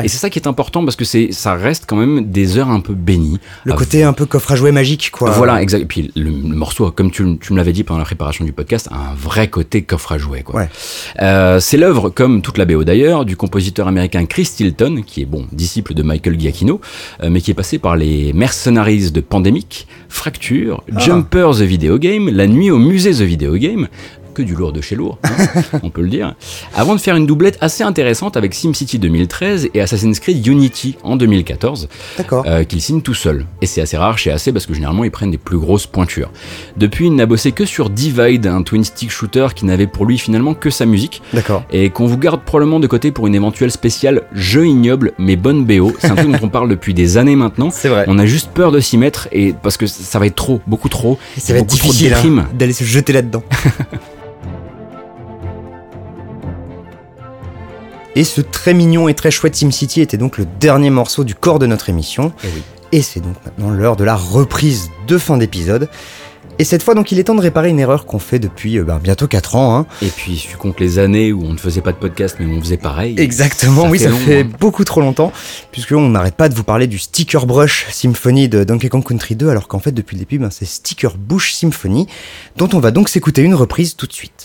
est important parce que c'est, ça reste quand même des heures un peu bénies. Le Ah, côté un peu coffre à jouer magique, quoi. Voilà, exact. Et puis le, le morceau, comme tu, tu me l'avais dit pendant la préparation du podcast, a un vrai côté coffre à jouer, quoi. Ouais. Euh, c'est l'œuvre, comme toute la B O d'ailleurs, du compositeur américain Chris Tilton, qui est bon disciple de Michael Giacchino, euh, mais qui est passé par les Mercenaries de Pandemic, Fracture, Ah. Jumper the Video Game, La Nuit au musée The Video Game. Que du lourd de chez lourd, hein, on peut le dire. Avant de faire une doublette assez intéressante avec SimCity deux mille treize et Assassin's Creed Unity en deux mille quatorze, D'accord. euh, qu'il signe tout seul. Et c'est assez rare chez A C parce que généralement ils prennent des plus grosses pointures. Depuis, il n'a bossé que sur Divide, un twin stick shooter qui n'avait pour lui finalement que sa musique D'accord. et qu'on vous garde probablement de côté pour une éventuelle spéciale jeu ignoble mais bonne B O. C'est un truc dont on parle depuis des années maintenant. C'est vrai. On a juste peur de s'y mettre et parce que ça va être trop, beaucoup trop. Et ça va être beaucoup trop de difficile déprime. hein, d'aller se jeter là-dedans. Et ce très mignon et très chouette SimCity était donc le dernier morceau du corps de notre émission. Eh oui. Et c'est donc maintenant l'heure de la reprise de fin d'épisode. Et cette fois, donc, il est temps de réparer une erreur qu'on fait depuis euh, ben, bientôt quatre ans. Hein. Et puis, si tu comptes les années où on ne faisait pas de podcast, mais où on faisait pareil. Exactement, ça oui, fait ça long, fait hein. beaucoup trop longtemps, puisqu'on n'arrête pas de vous parler du Sticker Brush Symphony de Donkey Kong Country deux, alors qu'en fait, depuis le début, ben, c'est Sticker Bush Symphony, dont on va donc s'écouter une reprise tout de suite.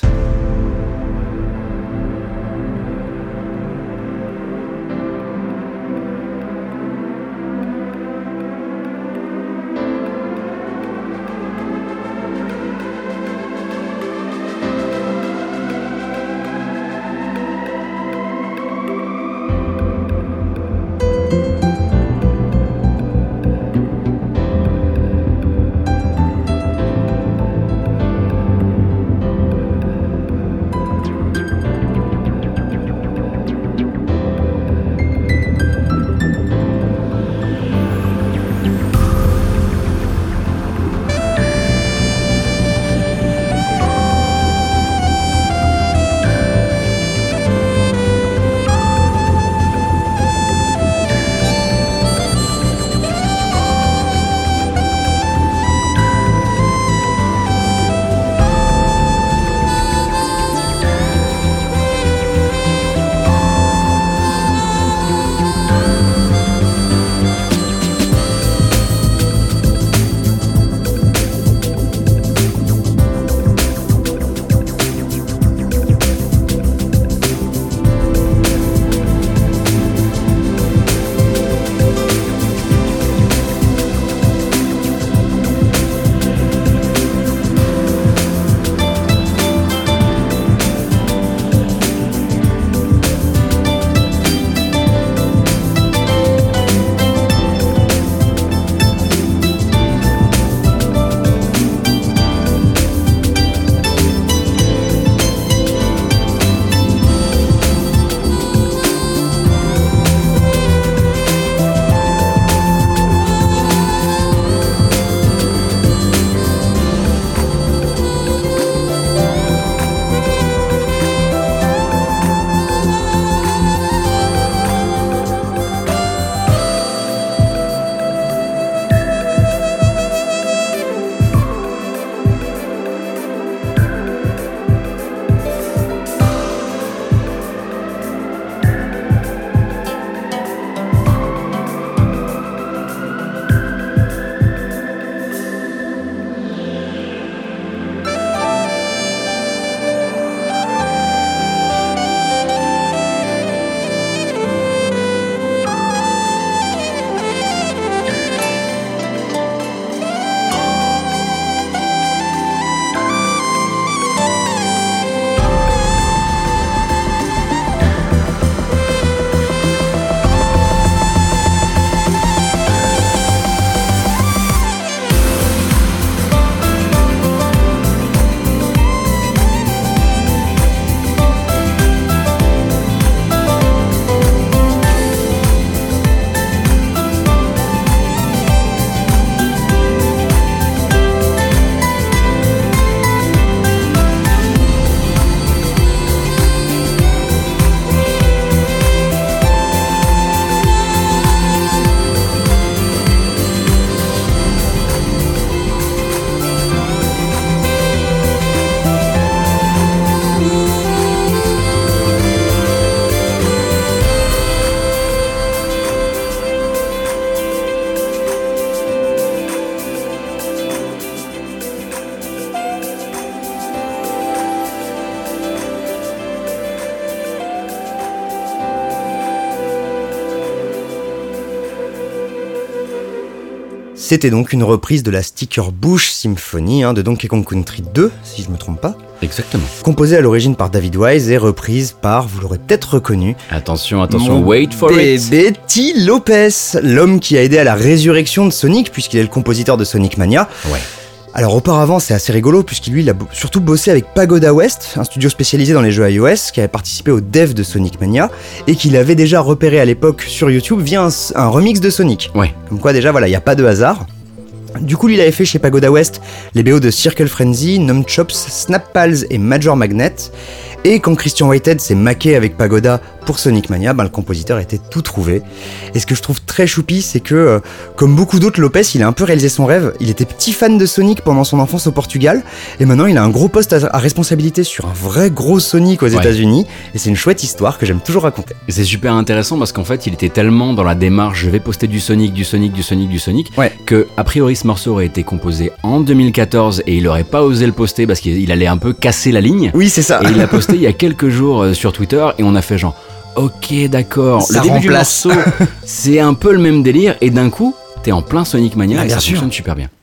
C'était donc une reprise de la Sticker Bush Symphony hein, de Donkey Kong Country deux, si je me trompe pas. Exactement. Composée à l'origine par David Wise et reprise par, vous l'aurez peut-être reconnu, Attention, attention, mon wait for it. bébé T. Lopez, l'homme qui a aidé à la résurrection de Sonic, puisqu'il est le compositeur de Sonic Mania. Ouais. Alors auparavant, c'est assez rigolo, puisqu'il lui, il a bo- surtout bossé avec Pagoda West, un studio spécialisé dans les jeux iOS, qui avait participé au dev de Sonic Mania, et qu'il avait déjà repéré à l'époque sur YouTube via un, un remix de Sonic. Ouais. Comme quoi déjà, voilà, il n'y a pas de hasard. Du coup, lui, il avait fait chez Pagoda West les B O de Circle Frenzy, Numchops, Snap Pals et Major Magnet. Et quand Christian Whitehead s'est maqué avec Pagoda pour Sonic Mania, ben, le compositeur était tout trouvé. Et ce que je trouve très choupi, c'est que, euh, comme beaucoup d'autres, Lopez, il a un peu réalisé son rêve. Il était petit fan de Sonic pendant son enfance au Portugal, et maintenant il a un gros poste à, à responsabilité sur un vrai gros Sonic aux Ouais. États-Unis. Et c'est une chouette histoire que j'aime toujours raconter. Et c'est super intéressant parce qu'en fait, il était tellement dans la démarche je vais poster du Sonic, du Sonic, du Sonic, du Sonic, Ouais. que a priori ce morceau aurait été composé en deux mille quatorze et il aurait pas osé le poster parce qu'il allait un peu casser la ligne. Oui, c'est ça. Et il l'a posté il y a quelques jours euh, sur Twitter et on a fait genre ok d'accord, Ça le début remplace. du morceau c'est un peu le même délire et d'un coup t'es en plein Sonic Mania Ah, et bien ça sûr. fonctionne super bien.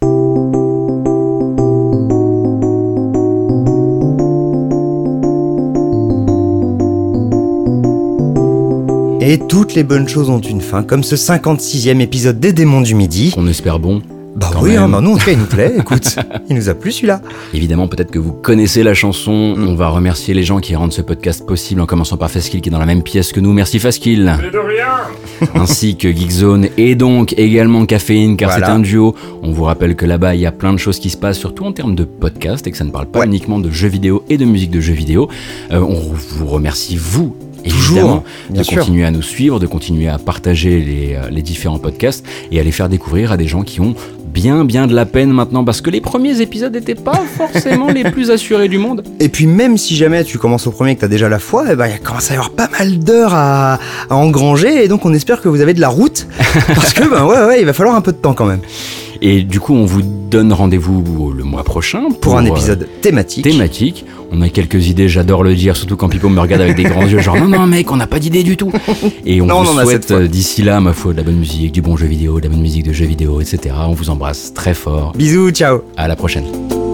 Et toutes les bonnes choses ont une fin, comme ce cinquante-sixième épisode des Démons du Midi. On espère bon. Bah Quand oui, même. hein, bah nous en tout cas il nous plaît, écoute, il nous a plu celui-là. Évidemment, peut-être que vous connaissez la chanson. On va remercier les gens qui rendent ce podcast possible, en commençant par Fastkill qui est dans la même pièce que nous. Merci Fastkill. Mais de rien. Ainsi que Geekzone et donc également Caféine, car Voilà. c'est un duo. On vous rappelle que là-bas, il y a plein de choses qui se passent, surtout en termes de podcast, et que ça ne parle pas Ouais. uniquement de jeux vidéo et de musique de jeux vidéo. Euh, on vous remercie, vous, Toujours, évidemment, bien de sûr. continuer à nous suivre, de continuer à partager les, euh, les différents podcasts et à les faire découvrir à des gens qui ont bien bien de la peine maintenant, parce que les premiers épisodes n'étaient pas forcément les plus assurés du monde. Et puis même si jamais tu commences au premier et que t'as déjà la foi, eh ben, il commence à y avoir pas mal d'heures à, à engranger, et donc on espère que vous avez de la route, parce que ben ouais, ouais, il va falloir un peu de temps quand même. Et du coup, on vous donne rendez-vous le mois prochain pour, Pour un euh, épisode thématique. thématique. On a quelques idées, j'adore le dire, surtout quand Pipo me regarde avec des grands yeux, genre non, non, mec, on n'a pas d'idée du tout. Et on Non, vous on en a souhaite cette fois. euh, d'ici là, ma foi, de la bonne musique, du bon jeu vidéo, de la bonne musique de jeux vidéo, et cetera. On vous embrasse très fort. Bisous, ciao. À la prochaine.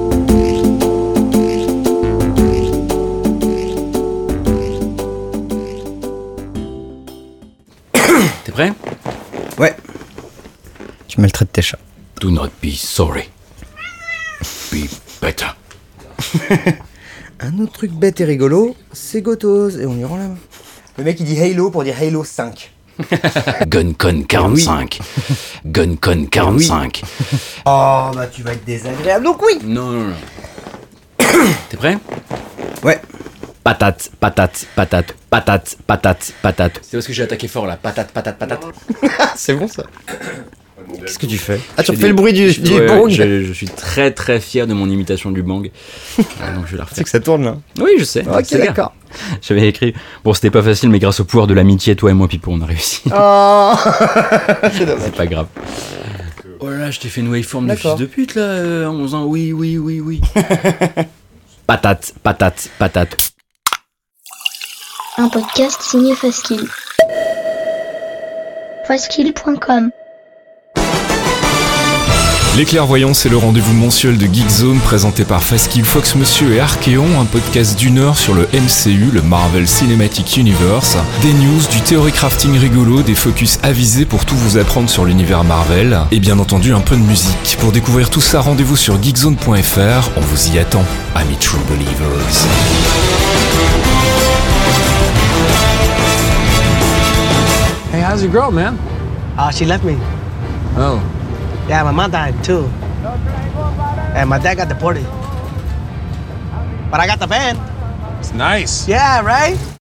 T'es prêt? Ouais. Tu maltraites tes chats. Do not be sorry. Be better. Un autre truc bête et rigolo, c'est Gotos, et on lui rend la main. Le mec il dit Halo pour dire Halo cinq. GunCon quarante-cinq. GunCon quarante-cinq. Oh bah tu vas être désagréable, donc oui. Non, non, non. T'es prêt? Ouais. Patate, patate, patate, patate, patate, patate. C'est parce que j'ai attaqué fort là. Patate, patate, patate. C'est bon ça. Qu'est-ce que tu fais? Ah tu J'ai refais le des- bruit du, je- du ouais, ouais, bong. je, je suis très très fier de mon imitation du bang. Ah, donc je vais la C'est refaire. que ça tourne là. Oui, je sais. Ok C'est bien. d'accord. J'avais écrit. Bon, c'était pas facile, mais grâce au pouvoir de l'amitié, toi et moi, Pipo, on a réussi. Oh c'est dommage. C'est pas grave. Oh là là, je t'ai fait une waveform de D'accord. fils de pute là, euh, en faisant oui, oui, oui, oui. Patate, patate, patate. Un podcast signé Fastkill. Fastkill point com. Les Clairvoyants, c'est le rendez-vous mensuel de Geekzone présenté par Fastkill, Fox Monsieur et Archeon, un podcast d'une heure sur le M C U, le Marvel Cinematic Universe, des news, du theory crafting rigolo, des focus avisés pour tout vous apprendre sur l'univers Marvel, et bien entendu un peu de musique. Pour découvrir tout ça, rendez-vous sur geekzone point f r, on vous y attend, amis True Believers. Hey, how's your girl, man? Uh, she left me. Oh. Yeah, my mom died too. And my dad got deported. But I got the van. It's nice. Yeah, right?